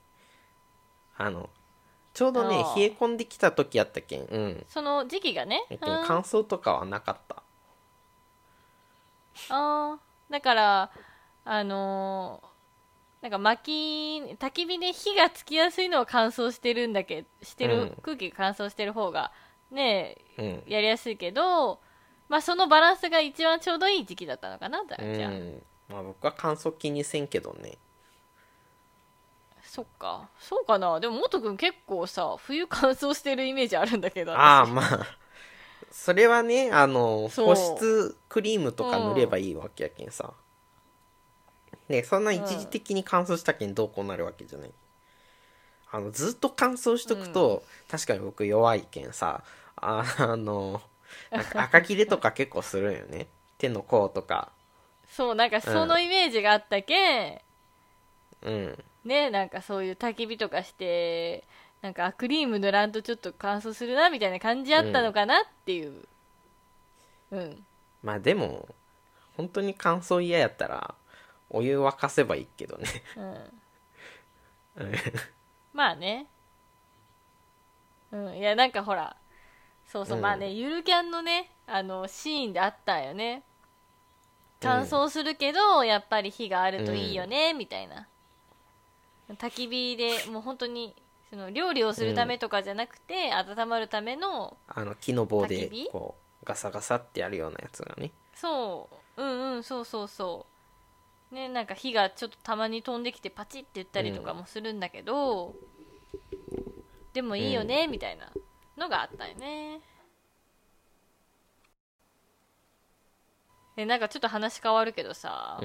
ちょうどね冷え込んできた時やったけん、
その時期がね、
乾燥とかはなかった。
だからなんか焚き火で火がつきやすいのは乾燥してる空気が乾燥してる方がね、やりやすいけど、まあそのバランスが一番ちょうどいい時期だったのかな、じゃあ。
まあ僕は乾燥気にせんけどね。
そっか、そうかな。でも元くん結構さ、冬乾燥してるイメージあるんだけど。
まあそれはね保湿クリームとか塗ればいいわけやけんさ、ね、そんな一時的に乾燥したけんどうこうなるわけじゃない。ずっと乾燥しとくと、確かに僕弱いけんさなんか赤切れとか結構するんよね手の甲とか。
そう、なんかそのイメージがあったけ
ん、
ね、なんかそういう焚き火とかしてなんかクリーム塗らんとちょっと乾燥するなみたいな感じあったのかなっていう。
まあでも本当に乾燥嫌やったらお湯沸かせばいいけどね
まあね、いやなんかほら、そう、まあね、ゆるキャンのねシーンであったんよね。乾燥するけど、やっぱり火があるといいよね、みたいな。焚き火でもう本当にその料理をするためとかじゃなくて、温まるための
木の棒でこうガサガサってやるようなやつがね。
そうそうそうそうね、なんか火がちょっとたまに飛んできてパチッて言ったりとかもするんだけど、でもいいよね、みたいなのがあったよね。なんかちょっと話変わるけどさ、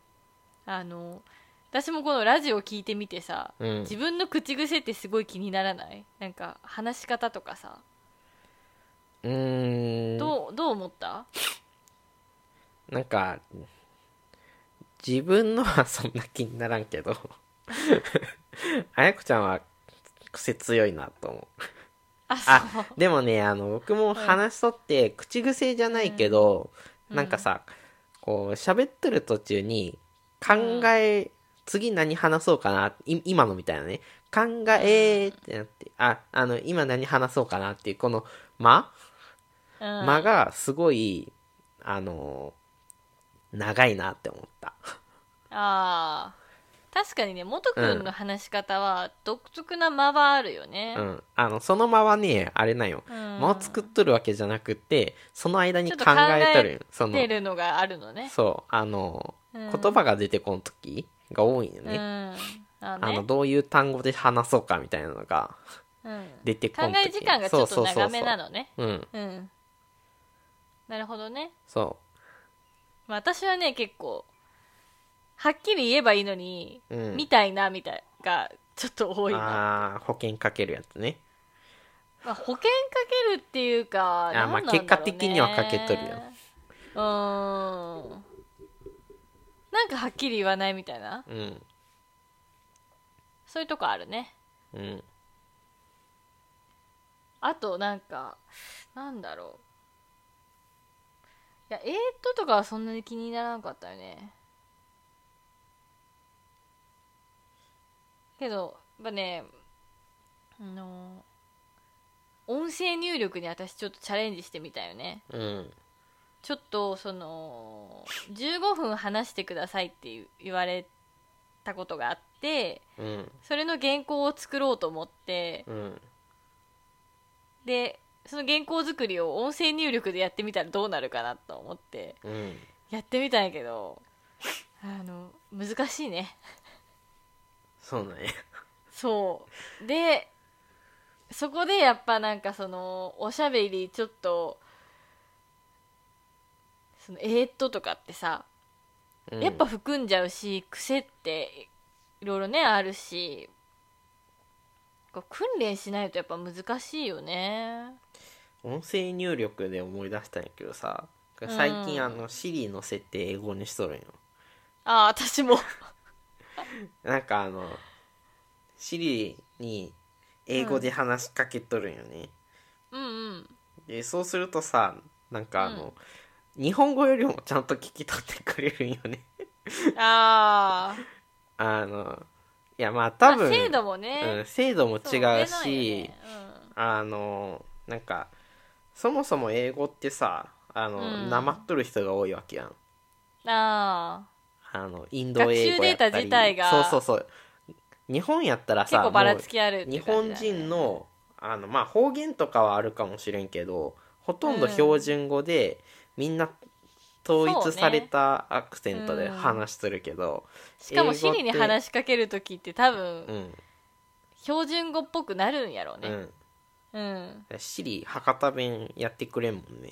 私もこのラジオ聞いてみてさ、自分の口癖ってすごい気にならない？なんか話し方とかさ、どう思った？
なんか自分のはそんな気にならんけどあやこちゃんは癖強いなと思う。でもね、僕も話しとって口癖じゃないけど、なんかさ、こう喋ってる途中に次何話そうかな、今のみたいなね、考えってなって、今何話そうかなっていうこの間がすごい長いなって思った。
確かにね、元くんの話し方は独特な間はあるよね。
その間はね、あれなよ、間を作っとるわけじゃなくて、その間に考えとるよ。
考えてるのがあるのね。
そう、言葉が出てこん時が多いよね。どういう単語で話そうかみたいなのが出てこん時、
考え時間がちょっと長めなのね。なるほどね。
そう。
私はね、結構はっきり言えばいいのに、みたいなみたいがちょっと多いな。
保険かけるやつね。
保険かけるっていうか、
結果的にはかけとるよ。
なんかはっきり言わないみたいな。そういうとこあるね。あとなんかなんだろう、いやとかはそんなに気にならなかったよね。けどやっぱね、音声入力に私ちょっとチャレンジしてみたよね。ちょっと15分話してくださいって言われたことがあって、それの原稿を作ろうと思って、でその原稿作りを音声入力でやってみたらどうなるかなと思って、やってみたんやけど、難しいね。
そうね。
そうで、そこでやっぱなんかおしゃべりちょっととかってさ、やっぱ含んじゃうし、癖っていろいろねあるし、訓練しないとやっぱ難しいよね。
音声入力で思い出したんやけどさ、最近Siri の設定英語にしとるんよ。
私も
なんかSiri に英語で話しかけとるんよね。でそうするとさ、なんか日本語よりもちゃんと聞き取ってくれるんよね。いや多分、
精度もね、
精度も違うし、なんかそもそも英語ってさ、なまっとる人が多いわけやん。インド英語やったり、学習データ自体がそう日本やったらさ、
結構ばらつきあるって
日本人の方言とかはあるかもしれんけど、ほとんど標準語で、みんな統一されたアクセントで話してるけど、
しかもシリに話しかけるときって多分、標準語っぽくなるんやろうね。
シリ博多弁やってくれんもんね。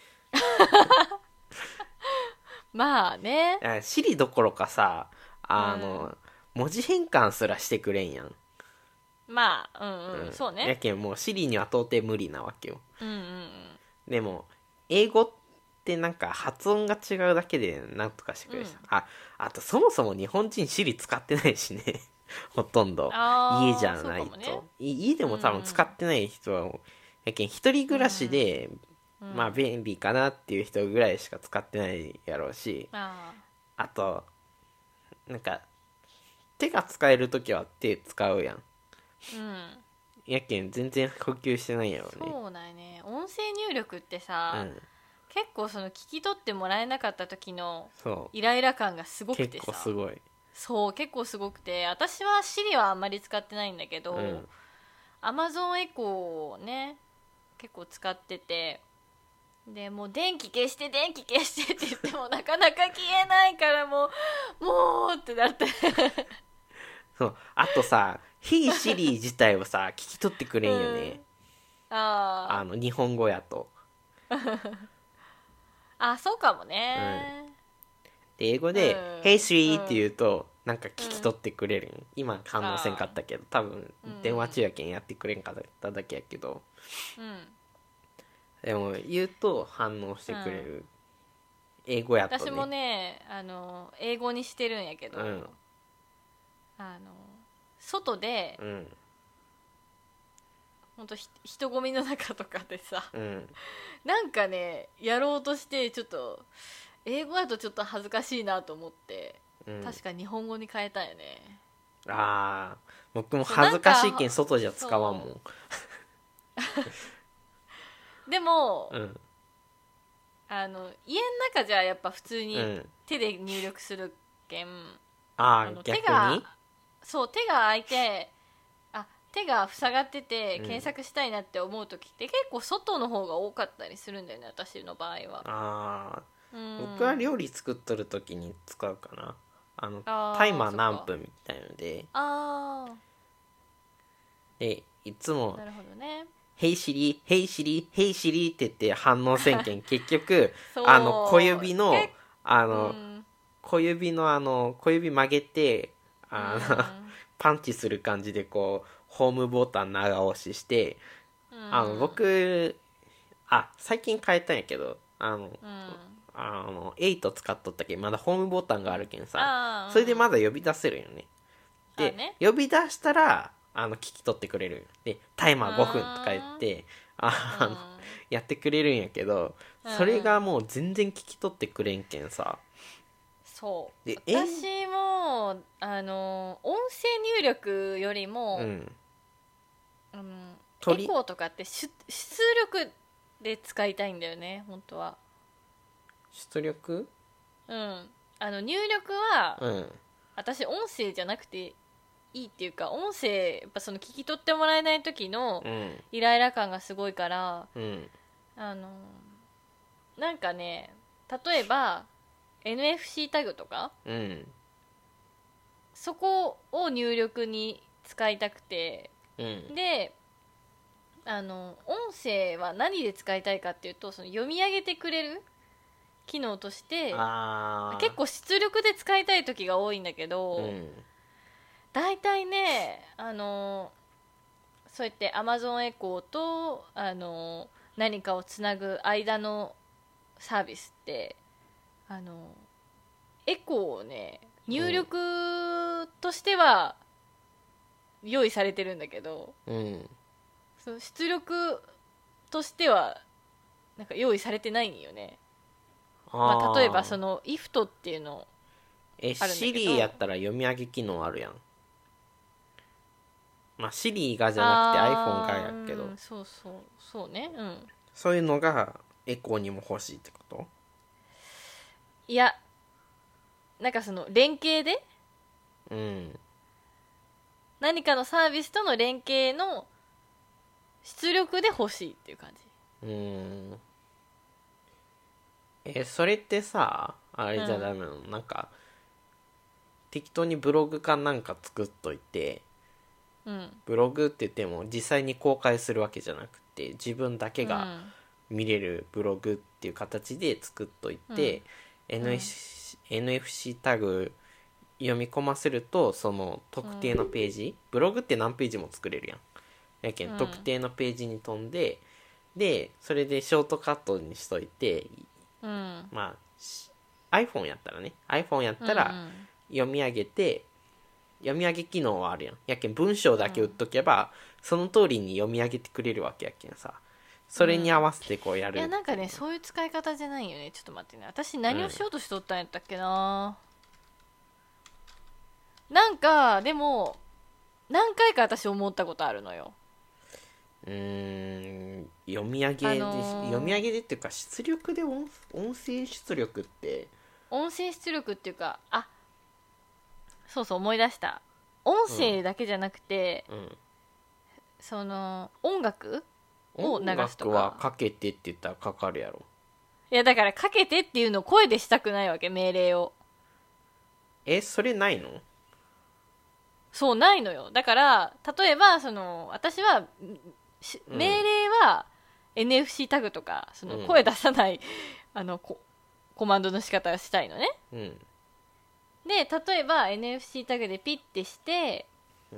まあね。
シリどころかさ、文字変換すらしてくれんやん。
そうね。
やけんもうシリには到底無理なわけよ。でも英語ってなんか発音が違うだけでなんとかしてくれるし、あとそもそも日本人シリ使ってないしね。ほとんど家じゃないと、ね、家でも多分使ってない人は、やけん一人暮らしで、便利かなっていう人ぐらいしか使ってないやろうし、あとなんか手が使えるときは手使うやん。やけん全然普及してないやろうね。
そうだよね。音声入力ってさ、結構聞き取ってもらえなかった時のイライラ感がすごくてさ、
結構すごい。
そう結構すごくて、私は Siri はあんまり使ってないんだけど、 Amazon エコーをね結構使ってて、でもう電気消して電気消してって言ってもなかなか消えないからもうってなって
そうあとさ「Hey Siri」自体をさ聞き取ってくれんよね、日本語やと
そうかもね、
で英語で「Hey Siri」って言うとなんか聞き取ってくれるん、今反応せんかったけど多分電話中やけんやってくれんかっただけやけど、でも言うと反応してくれる、英語やとね。
私もね英語にしてるんやけど、外で、ほんと人混みの中とかでさ、なんかねやろうとしてちょっと英語だとちょっと恥ずかしいなと思って、確か日本語に変えたよね。
僕も恥ずかしいけん外じゃ使わんもん
でも、家の中じゃやっぱ普通に手で入力するけん、
逆に
手が空いて手が塞がってて検索したいなって思う時って結構外の方が多かったりするんだよね、私の場合は。
僕は料理作っとる時に使うかな。タイマー何分みたいので、でいつも
なるほどね
「ヘイシリヘイシリヘイシリ」って言って反応せんけん結局小指の小指曲げてパンチする感じでこうホームボタン長押しして、僕最近変えたんやけど8使っとったけんまだホームボタンがあるけんさ、それでまだ呼び出せるよね。で、呼び出したら聞き取ってくれる。でタイマー5分とか言ってやってくれるんやけど、それがもう全然聞き取ってくれんけんさ。
そう私も音声入力よりも、エコーとかって出力で使いたいんだよね本当は。
出力？
入力は、私音声じゃなくていいっていうか、音声やっぱその聞き取ってもらえない時のイライラ感がすごいから、なんかね例えば NFC タグとか、そこを入力に使いたくて、で音声は何で使いたいかっていうと、その読み上げてくれる機能として結構出力で使いたい時が多いんだけど、だいたいねそうやって Amazon エコーと何かをつなぐ間のサービスってエコーをね入力としては用意されてるんだけど、その出力としてはなんか用意されてないんよね。例えばその IFT っていうのあるんだけど、
シリやったら読み上げ機能あるやん。シリがじゃなくて iPhone がやけど、
そうね、
そういうのがエコーにも欲しいってこと？
いやなんかその連携で、何かのサービスとの連携の出力で欲しいっていう感じ。
それってさあれじゃダメなの？なんか適当にブログかなんか作っといて、ブログって言っても実際に公開するわけじゃなくて自分だけが見れるブログっていう形で作っといて、NFC タグ読み込ませるとその特定のページ、ブログって何ページも作れるやん。やけん特定のページに飛んで、でそれでショートカットにしといて、iPhone やったらね iPhone やったら読み上げて、読み上げ機能はあるやん。やけん文章だけ打っとけば、その通りに読み上げてくれるわけやけんさ、それに合わせてこうやる、
いやなんかねそういう使い方じゃないよね。ちょっと待ってね、私何をしようとしとったんやったっけな、なんかでも何回か私思ったことあるのよ。
読み上げで、読み上げでっていうか出力で音声出力って
音声出力っていうかそう思い出した。音声だけじゃなくて、 その音楽を流すとか。
音楽はかけてって言ったらかかるやろ。
いやだからかけてっていうのを声でしたくないわけ、命令を。
それないの？
そうないのよ。だから例えばその私は命令は NFC タグとかその声出さない、コマンドの仕方がしたいのね。
うん。
で例えば NFC タグでピッてして、
うん、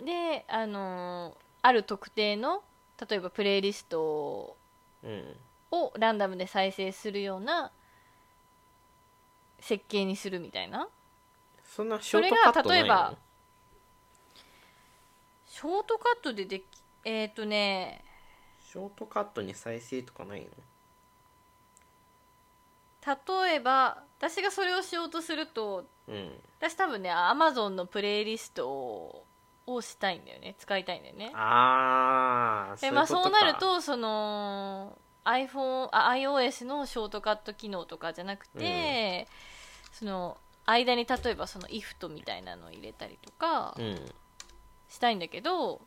である特定の例えばプレイリストをランダムで再生するような設計にするみたいな。
そんなショートカットないの？
それが例えばショートカットでシ
ョートカットに再生とかないの？
例えば私がそれをしようとすると、私多分ね Amazon のプレイリストをしたいんだよね、使いたいんだよね。そうなるとその iOS のショートカット機能とかじゃなくて、その間に例えばその IFT みたいなのを入れたりとかしたいんだけど、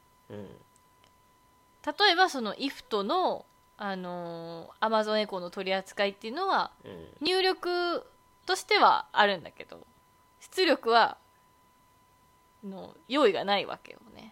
例えばその IFT のAmazon エコーの取り扱いっていうのは入力としてはあるんだけど、出力はの用意がないわけよね。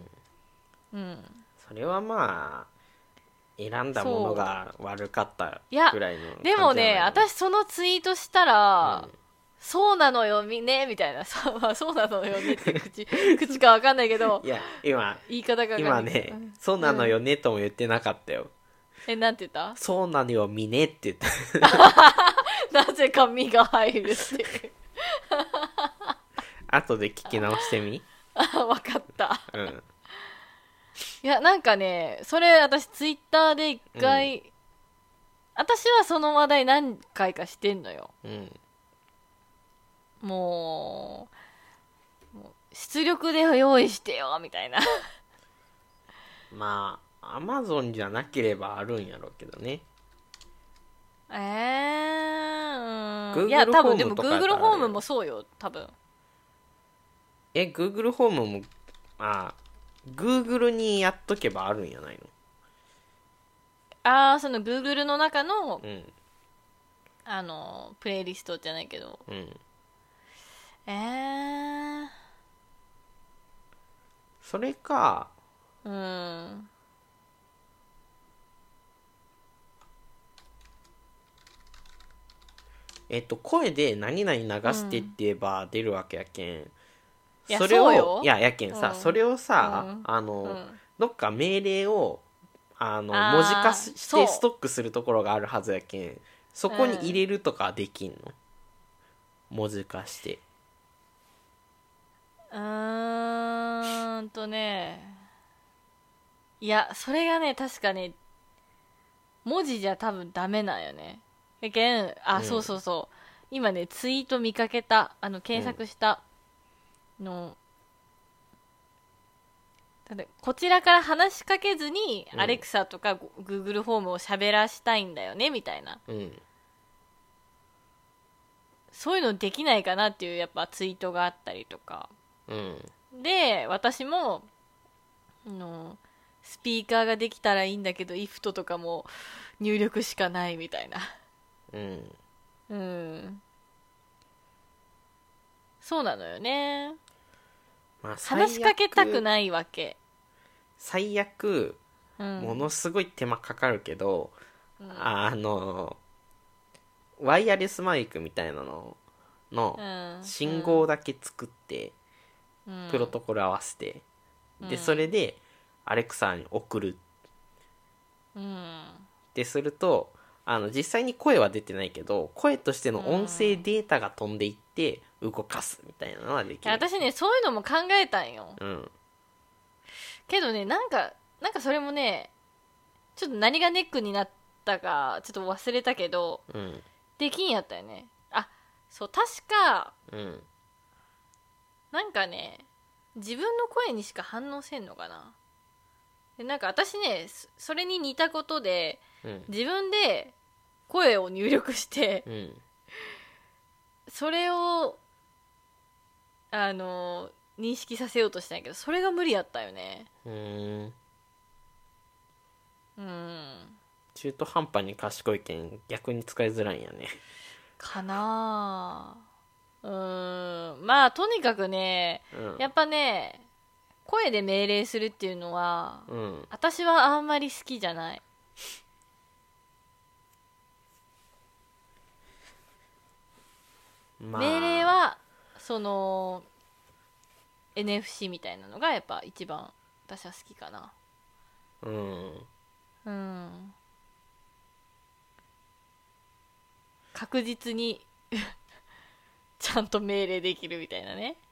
それはまあ選んだものが悪かったぐらいの感じじゃないの？
でもね、私そのツイートしたら、そうなのよねみたいなそうなのよねって口か分かんないけど、
いや今
言い方が分かんない
今ね、そうなのよねとも言ってなかったよ。
なんて言った？
そうなのよみねって言った
なぜかみが入るって
後で聞き直してみ。
分かった、いやなんかね、それ私ツイッターで一回、私はその話題何回かしてんのよ。もう出力で用意してよみたいな
まあ Amazon じゃなければあるんやろうけどね。
いや多分でも Google ホームもそうよ多分。
Google ホームもGoogle にやっとけばあるんやない
の？その Google の中の、プレイリストじゃないけど、
それか声で何々流してって言えば出るわけやけん、それをやけんさ、それをさ、どっか命令を文字化してストックするところがあるはずやけん、そこに入れるとかできんの？文字化して。
いやそれがね確かね文字じゃ多分ダメなんよね。やけんそうそうそう、今ねツイート見かけた、検索したの、こちらから話しかけずに、アレクサとか Google ホームを喋らしたいんだよねみたいな、そういうのできないかなっていうやっぱツイートがあったりとか、で私もスピーカーができたらいいんだけど IFT とかも入力しかないみたいなそうなのよね。話しかけたくないわけ。
最悪、ものすごい手間かかるけど、ワイヤレスマイクみたいなのの信号だけ作って、プロトコル合わせて、でそれでアレクサに送るってすると、実際に声は出てないけど声としての音声データが飛んでいって動かすみたいなのはできる。
私ねそういうのも考えたんよ、けどねなんかそれもねちょっと何がネックになったかちょっと忘れたけど、できんやったよね。そう確か、なんかね自分の声にしか反応せんのかな。でなんか私ねそれに似たことで、自分で声を入力して、 認識させようとしたんやけど、それが無理やったよね。
中途半端に賢いけん逆に使いづらいんやね。
かなあ。まあとにかくね、やっぱね、声で命令するっていうのは、私はあんまり好きじゃない。命令はその NFC みたいなのがやっぱ一番私は好きかな。確実にちゃんと命令できるみたいなね。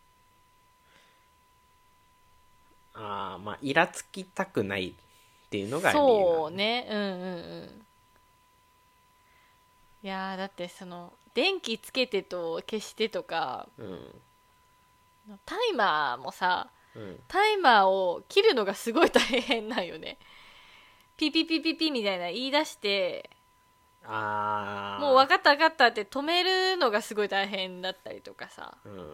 まあイラつきたくないっていうのが理由、
そうね。いやだってその電気つけてと消してとか、タイマーもさ、タイマーを切るのがすごい大変なんよね。ピピピピピみたいな言い出して、もう分かった分かったって止めるのがすごい大変だったりとかさ、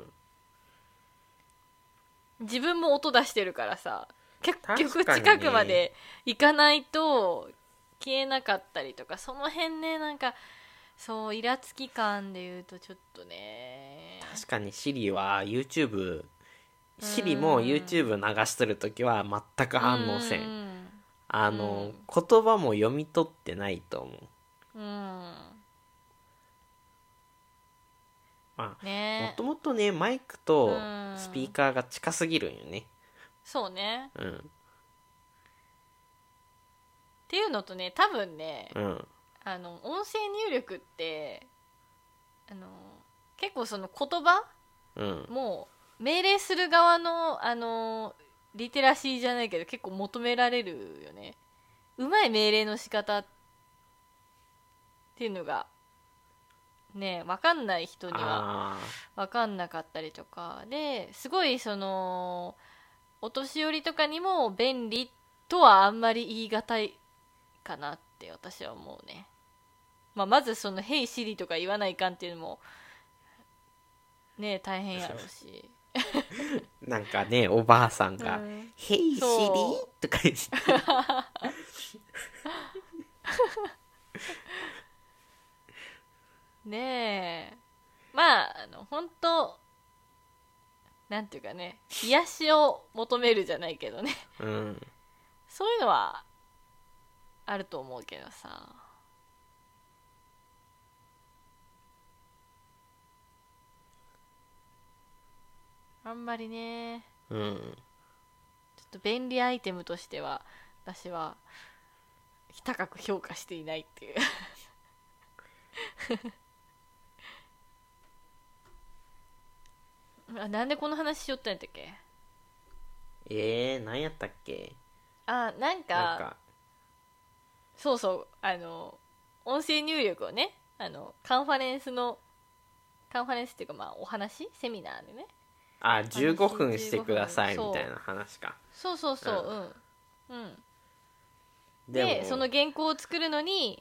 自分も音出してるからさ、結局近くまで行かないと消えなかったりとか、その辺ね、なんかそうイラつき感で言うとちょっとね。
確かにシリは YouTube、 シリも YouTube 流してるときは全く反応せん。言葉も読み取ってないと思う。まあ、もともとねマイクとスピーカーが近すぎるんよね。
そうね。っていうのとね、多分ね、音声入力って結構その言葉、もう命令する側のリテラシーじゃないけど結構求められるよね。うまい命令の仕方っていうのがね、分かんない人には分かんなかったりとかですごいそのお年寄りとかにも便利とはあんまり言い難いかなって私は思うね。まずその「ヘイシリ」とか言わないかんっていうのもね大変やろうし
なんかねおばあさんが「ヘイシリ」とか言って
ねえ、まあ本当なんていうかね、癒しを求めるじゃないけどねそういうのはあると思うけどさ。あんまりね、ちょっと便利アイテムとしては私は高く評価していないっていうなんでこの話しよったんやったっけ。
何やったっけ。
なんかそうそう、音声入力をね、カンファレンスっていうか、まあお話セミナーでね、
15分してくださいみたいな話か。
そうでその原稿を作るのに、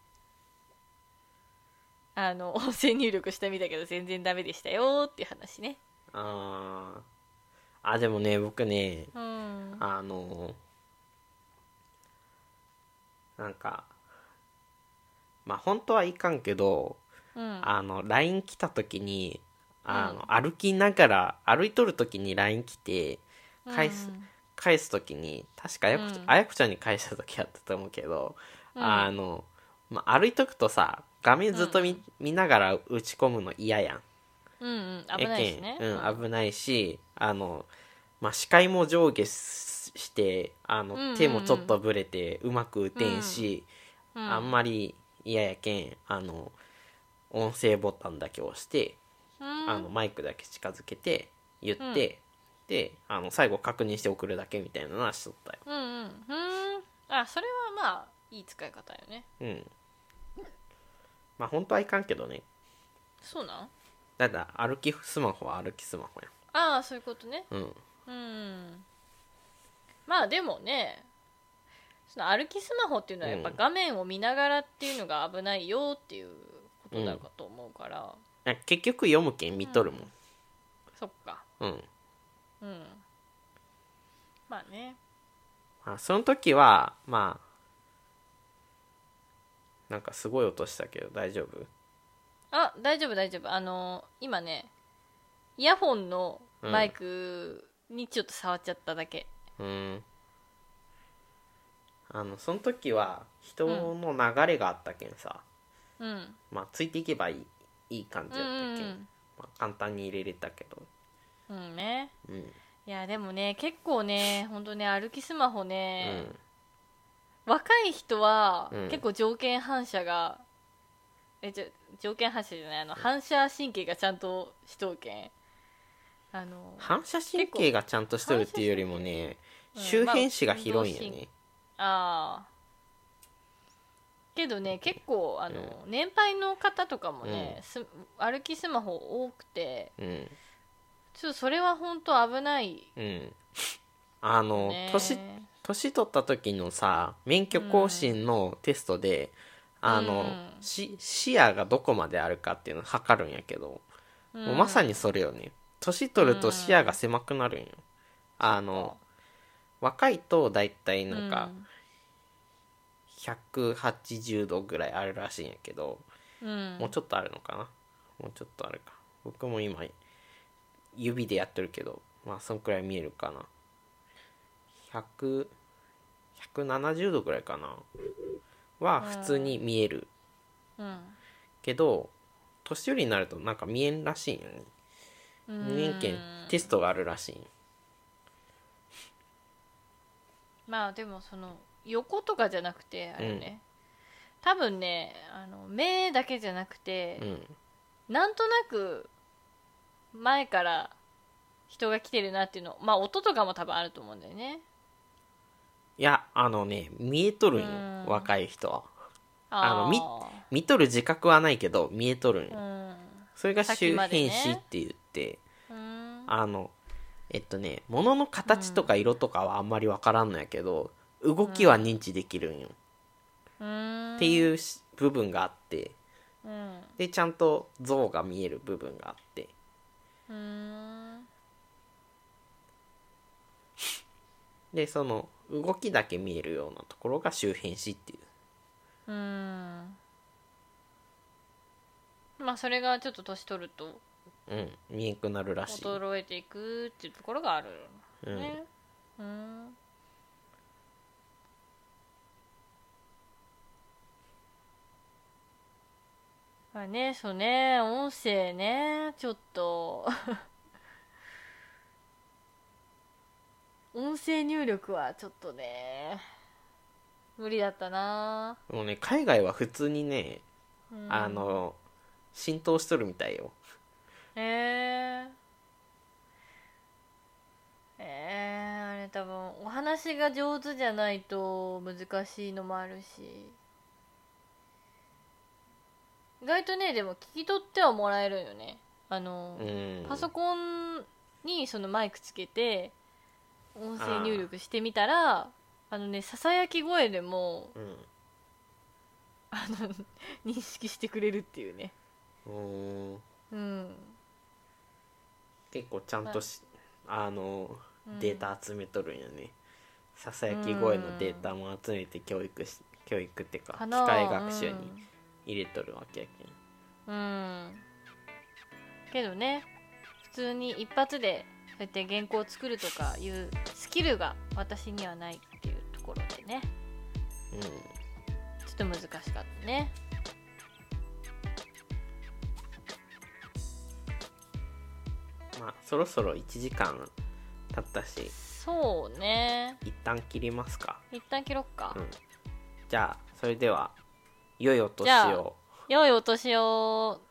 音声入力してみたけど全然ダメでしたよっていう話ね。
でもね僕ね、なんかまあ本当はいかんけど、LINE 来た時に歩きながら歩いとる時に LINE 来て返す時に確かあやこちゃんに返した時やったと思うけど、歩いとくとさ画面ずっと見ながら打ち込むの嫌やん。
危ないしね。
危ないし視界も上下して手もちょっとブレてうまく打てんし、あんまり嫌やけん音声ボタンだけ押してマイクだけ近づけて言って、で最後確認して送るだけみたいなのはしとったよ。
それはまあいい使い方よね。
本当はいかんけどね。
そうなん。
だから歩きスマホは歩きスマホやん。
そういうことね。まあでもね、その歩きスマホっていうのはやっぱ画面を見ながらっていうのが危ないよっていうことだかと思うから、
結局読むけん見とるもん。
そっか。 まあね、
その時はまあなんかすごい音したけど大丈夫？
大丈夫大丈夫。今ねイヤホンのマイクにちょっと触っちゃっただけ。
その時は人の流れがあったけんさ、まあついていけばいい感じだったけん、まあ、簡単に入れれたけど
ね、いやでもね結構ねほんとね歩きスマホね、若い人は結構条件反射が、条件反射じゃない反射神経がちゃんとしとうけん、
反射神経がちゃんとしとるっていうよりもね、周辺視が広いんよね。
けどね結構年配の方とかもね、歩きスマホ多くて、ちょっとそれは本当危ない、
年取った時のさ免許更新のテストで、視野がどこまであるかっていうのを測るんやけど、もうまさにそれよね。年取ると視野が狭くなるんよ。若いとだいたいなんか180度ぐらいあるらしいんやけど、もうちょっとあるのかな、もうちょっとあるか。僕も今指でやってるけど、まあそんくらい見えるかな。170度ぐらいかなは普通に見える、けど年寄りになるとなんか見えんらしいんよね。見えんけんテストがあるらしい。
まあでもその横とかじゃなくてあれね、多分ね目だけじゃなくて、なんとなく前から人が来てるなっていうの、まあ音とかも多分あると思うんだよね。
いや見えとるんよ、若い人は。見とる自覚はないけど見えとるんよ。それが周辺視って言って、物の形とか色とかはあんまり分からんのやけど、動きは認知できるんよ、っていう部分があって、でちゃんと像が見える部分があって、でその動きだけ見えるようなところが周辺視っていう。
まあそれがちょっと年取ると
見えんくなるらしい。
衰えていくっていうところがあるね。まあね、そうね、音声ねちょっと音声入力はちょっとね無理だったな。
もうね海外は普通にね、浸透しとるみたいよ。
あれ多分お話が上手じゃないと難しいのもあるし、意外とねでも聞き取ってはもらえるよね。パソコンにそのマイクつけて音声入力してみたらささやき声でも、認識してくれるっていうね。
結構ちゃんとデータ集めとるんよね。ささやき声のデータも集めて教育っていうか機械学習に入れとるわけやけん。
けどね普通に一発でそうやって原稿を作るとかいうスキルが私にはないっていうところでね、ちょっと難しかったね。
まあそろそろ1時間経ったし、
そうね、
一旦切りますか。
一旦切ろっか、
じゃあそれでは良いお年を。
良いお年を。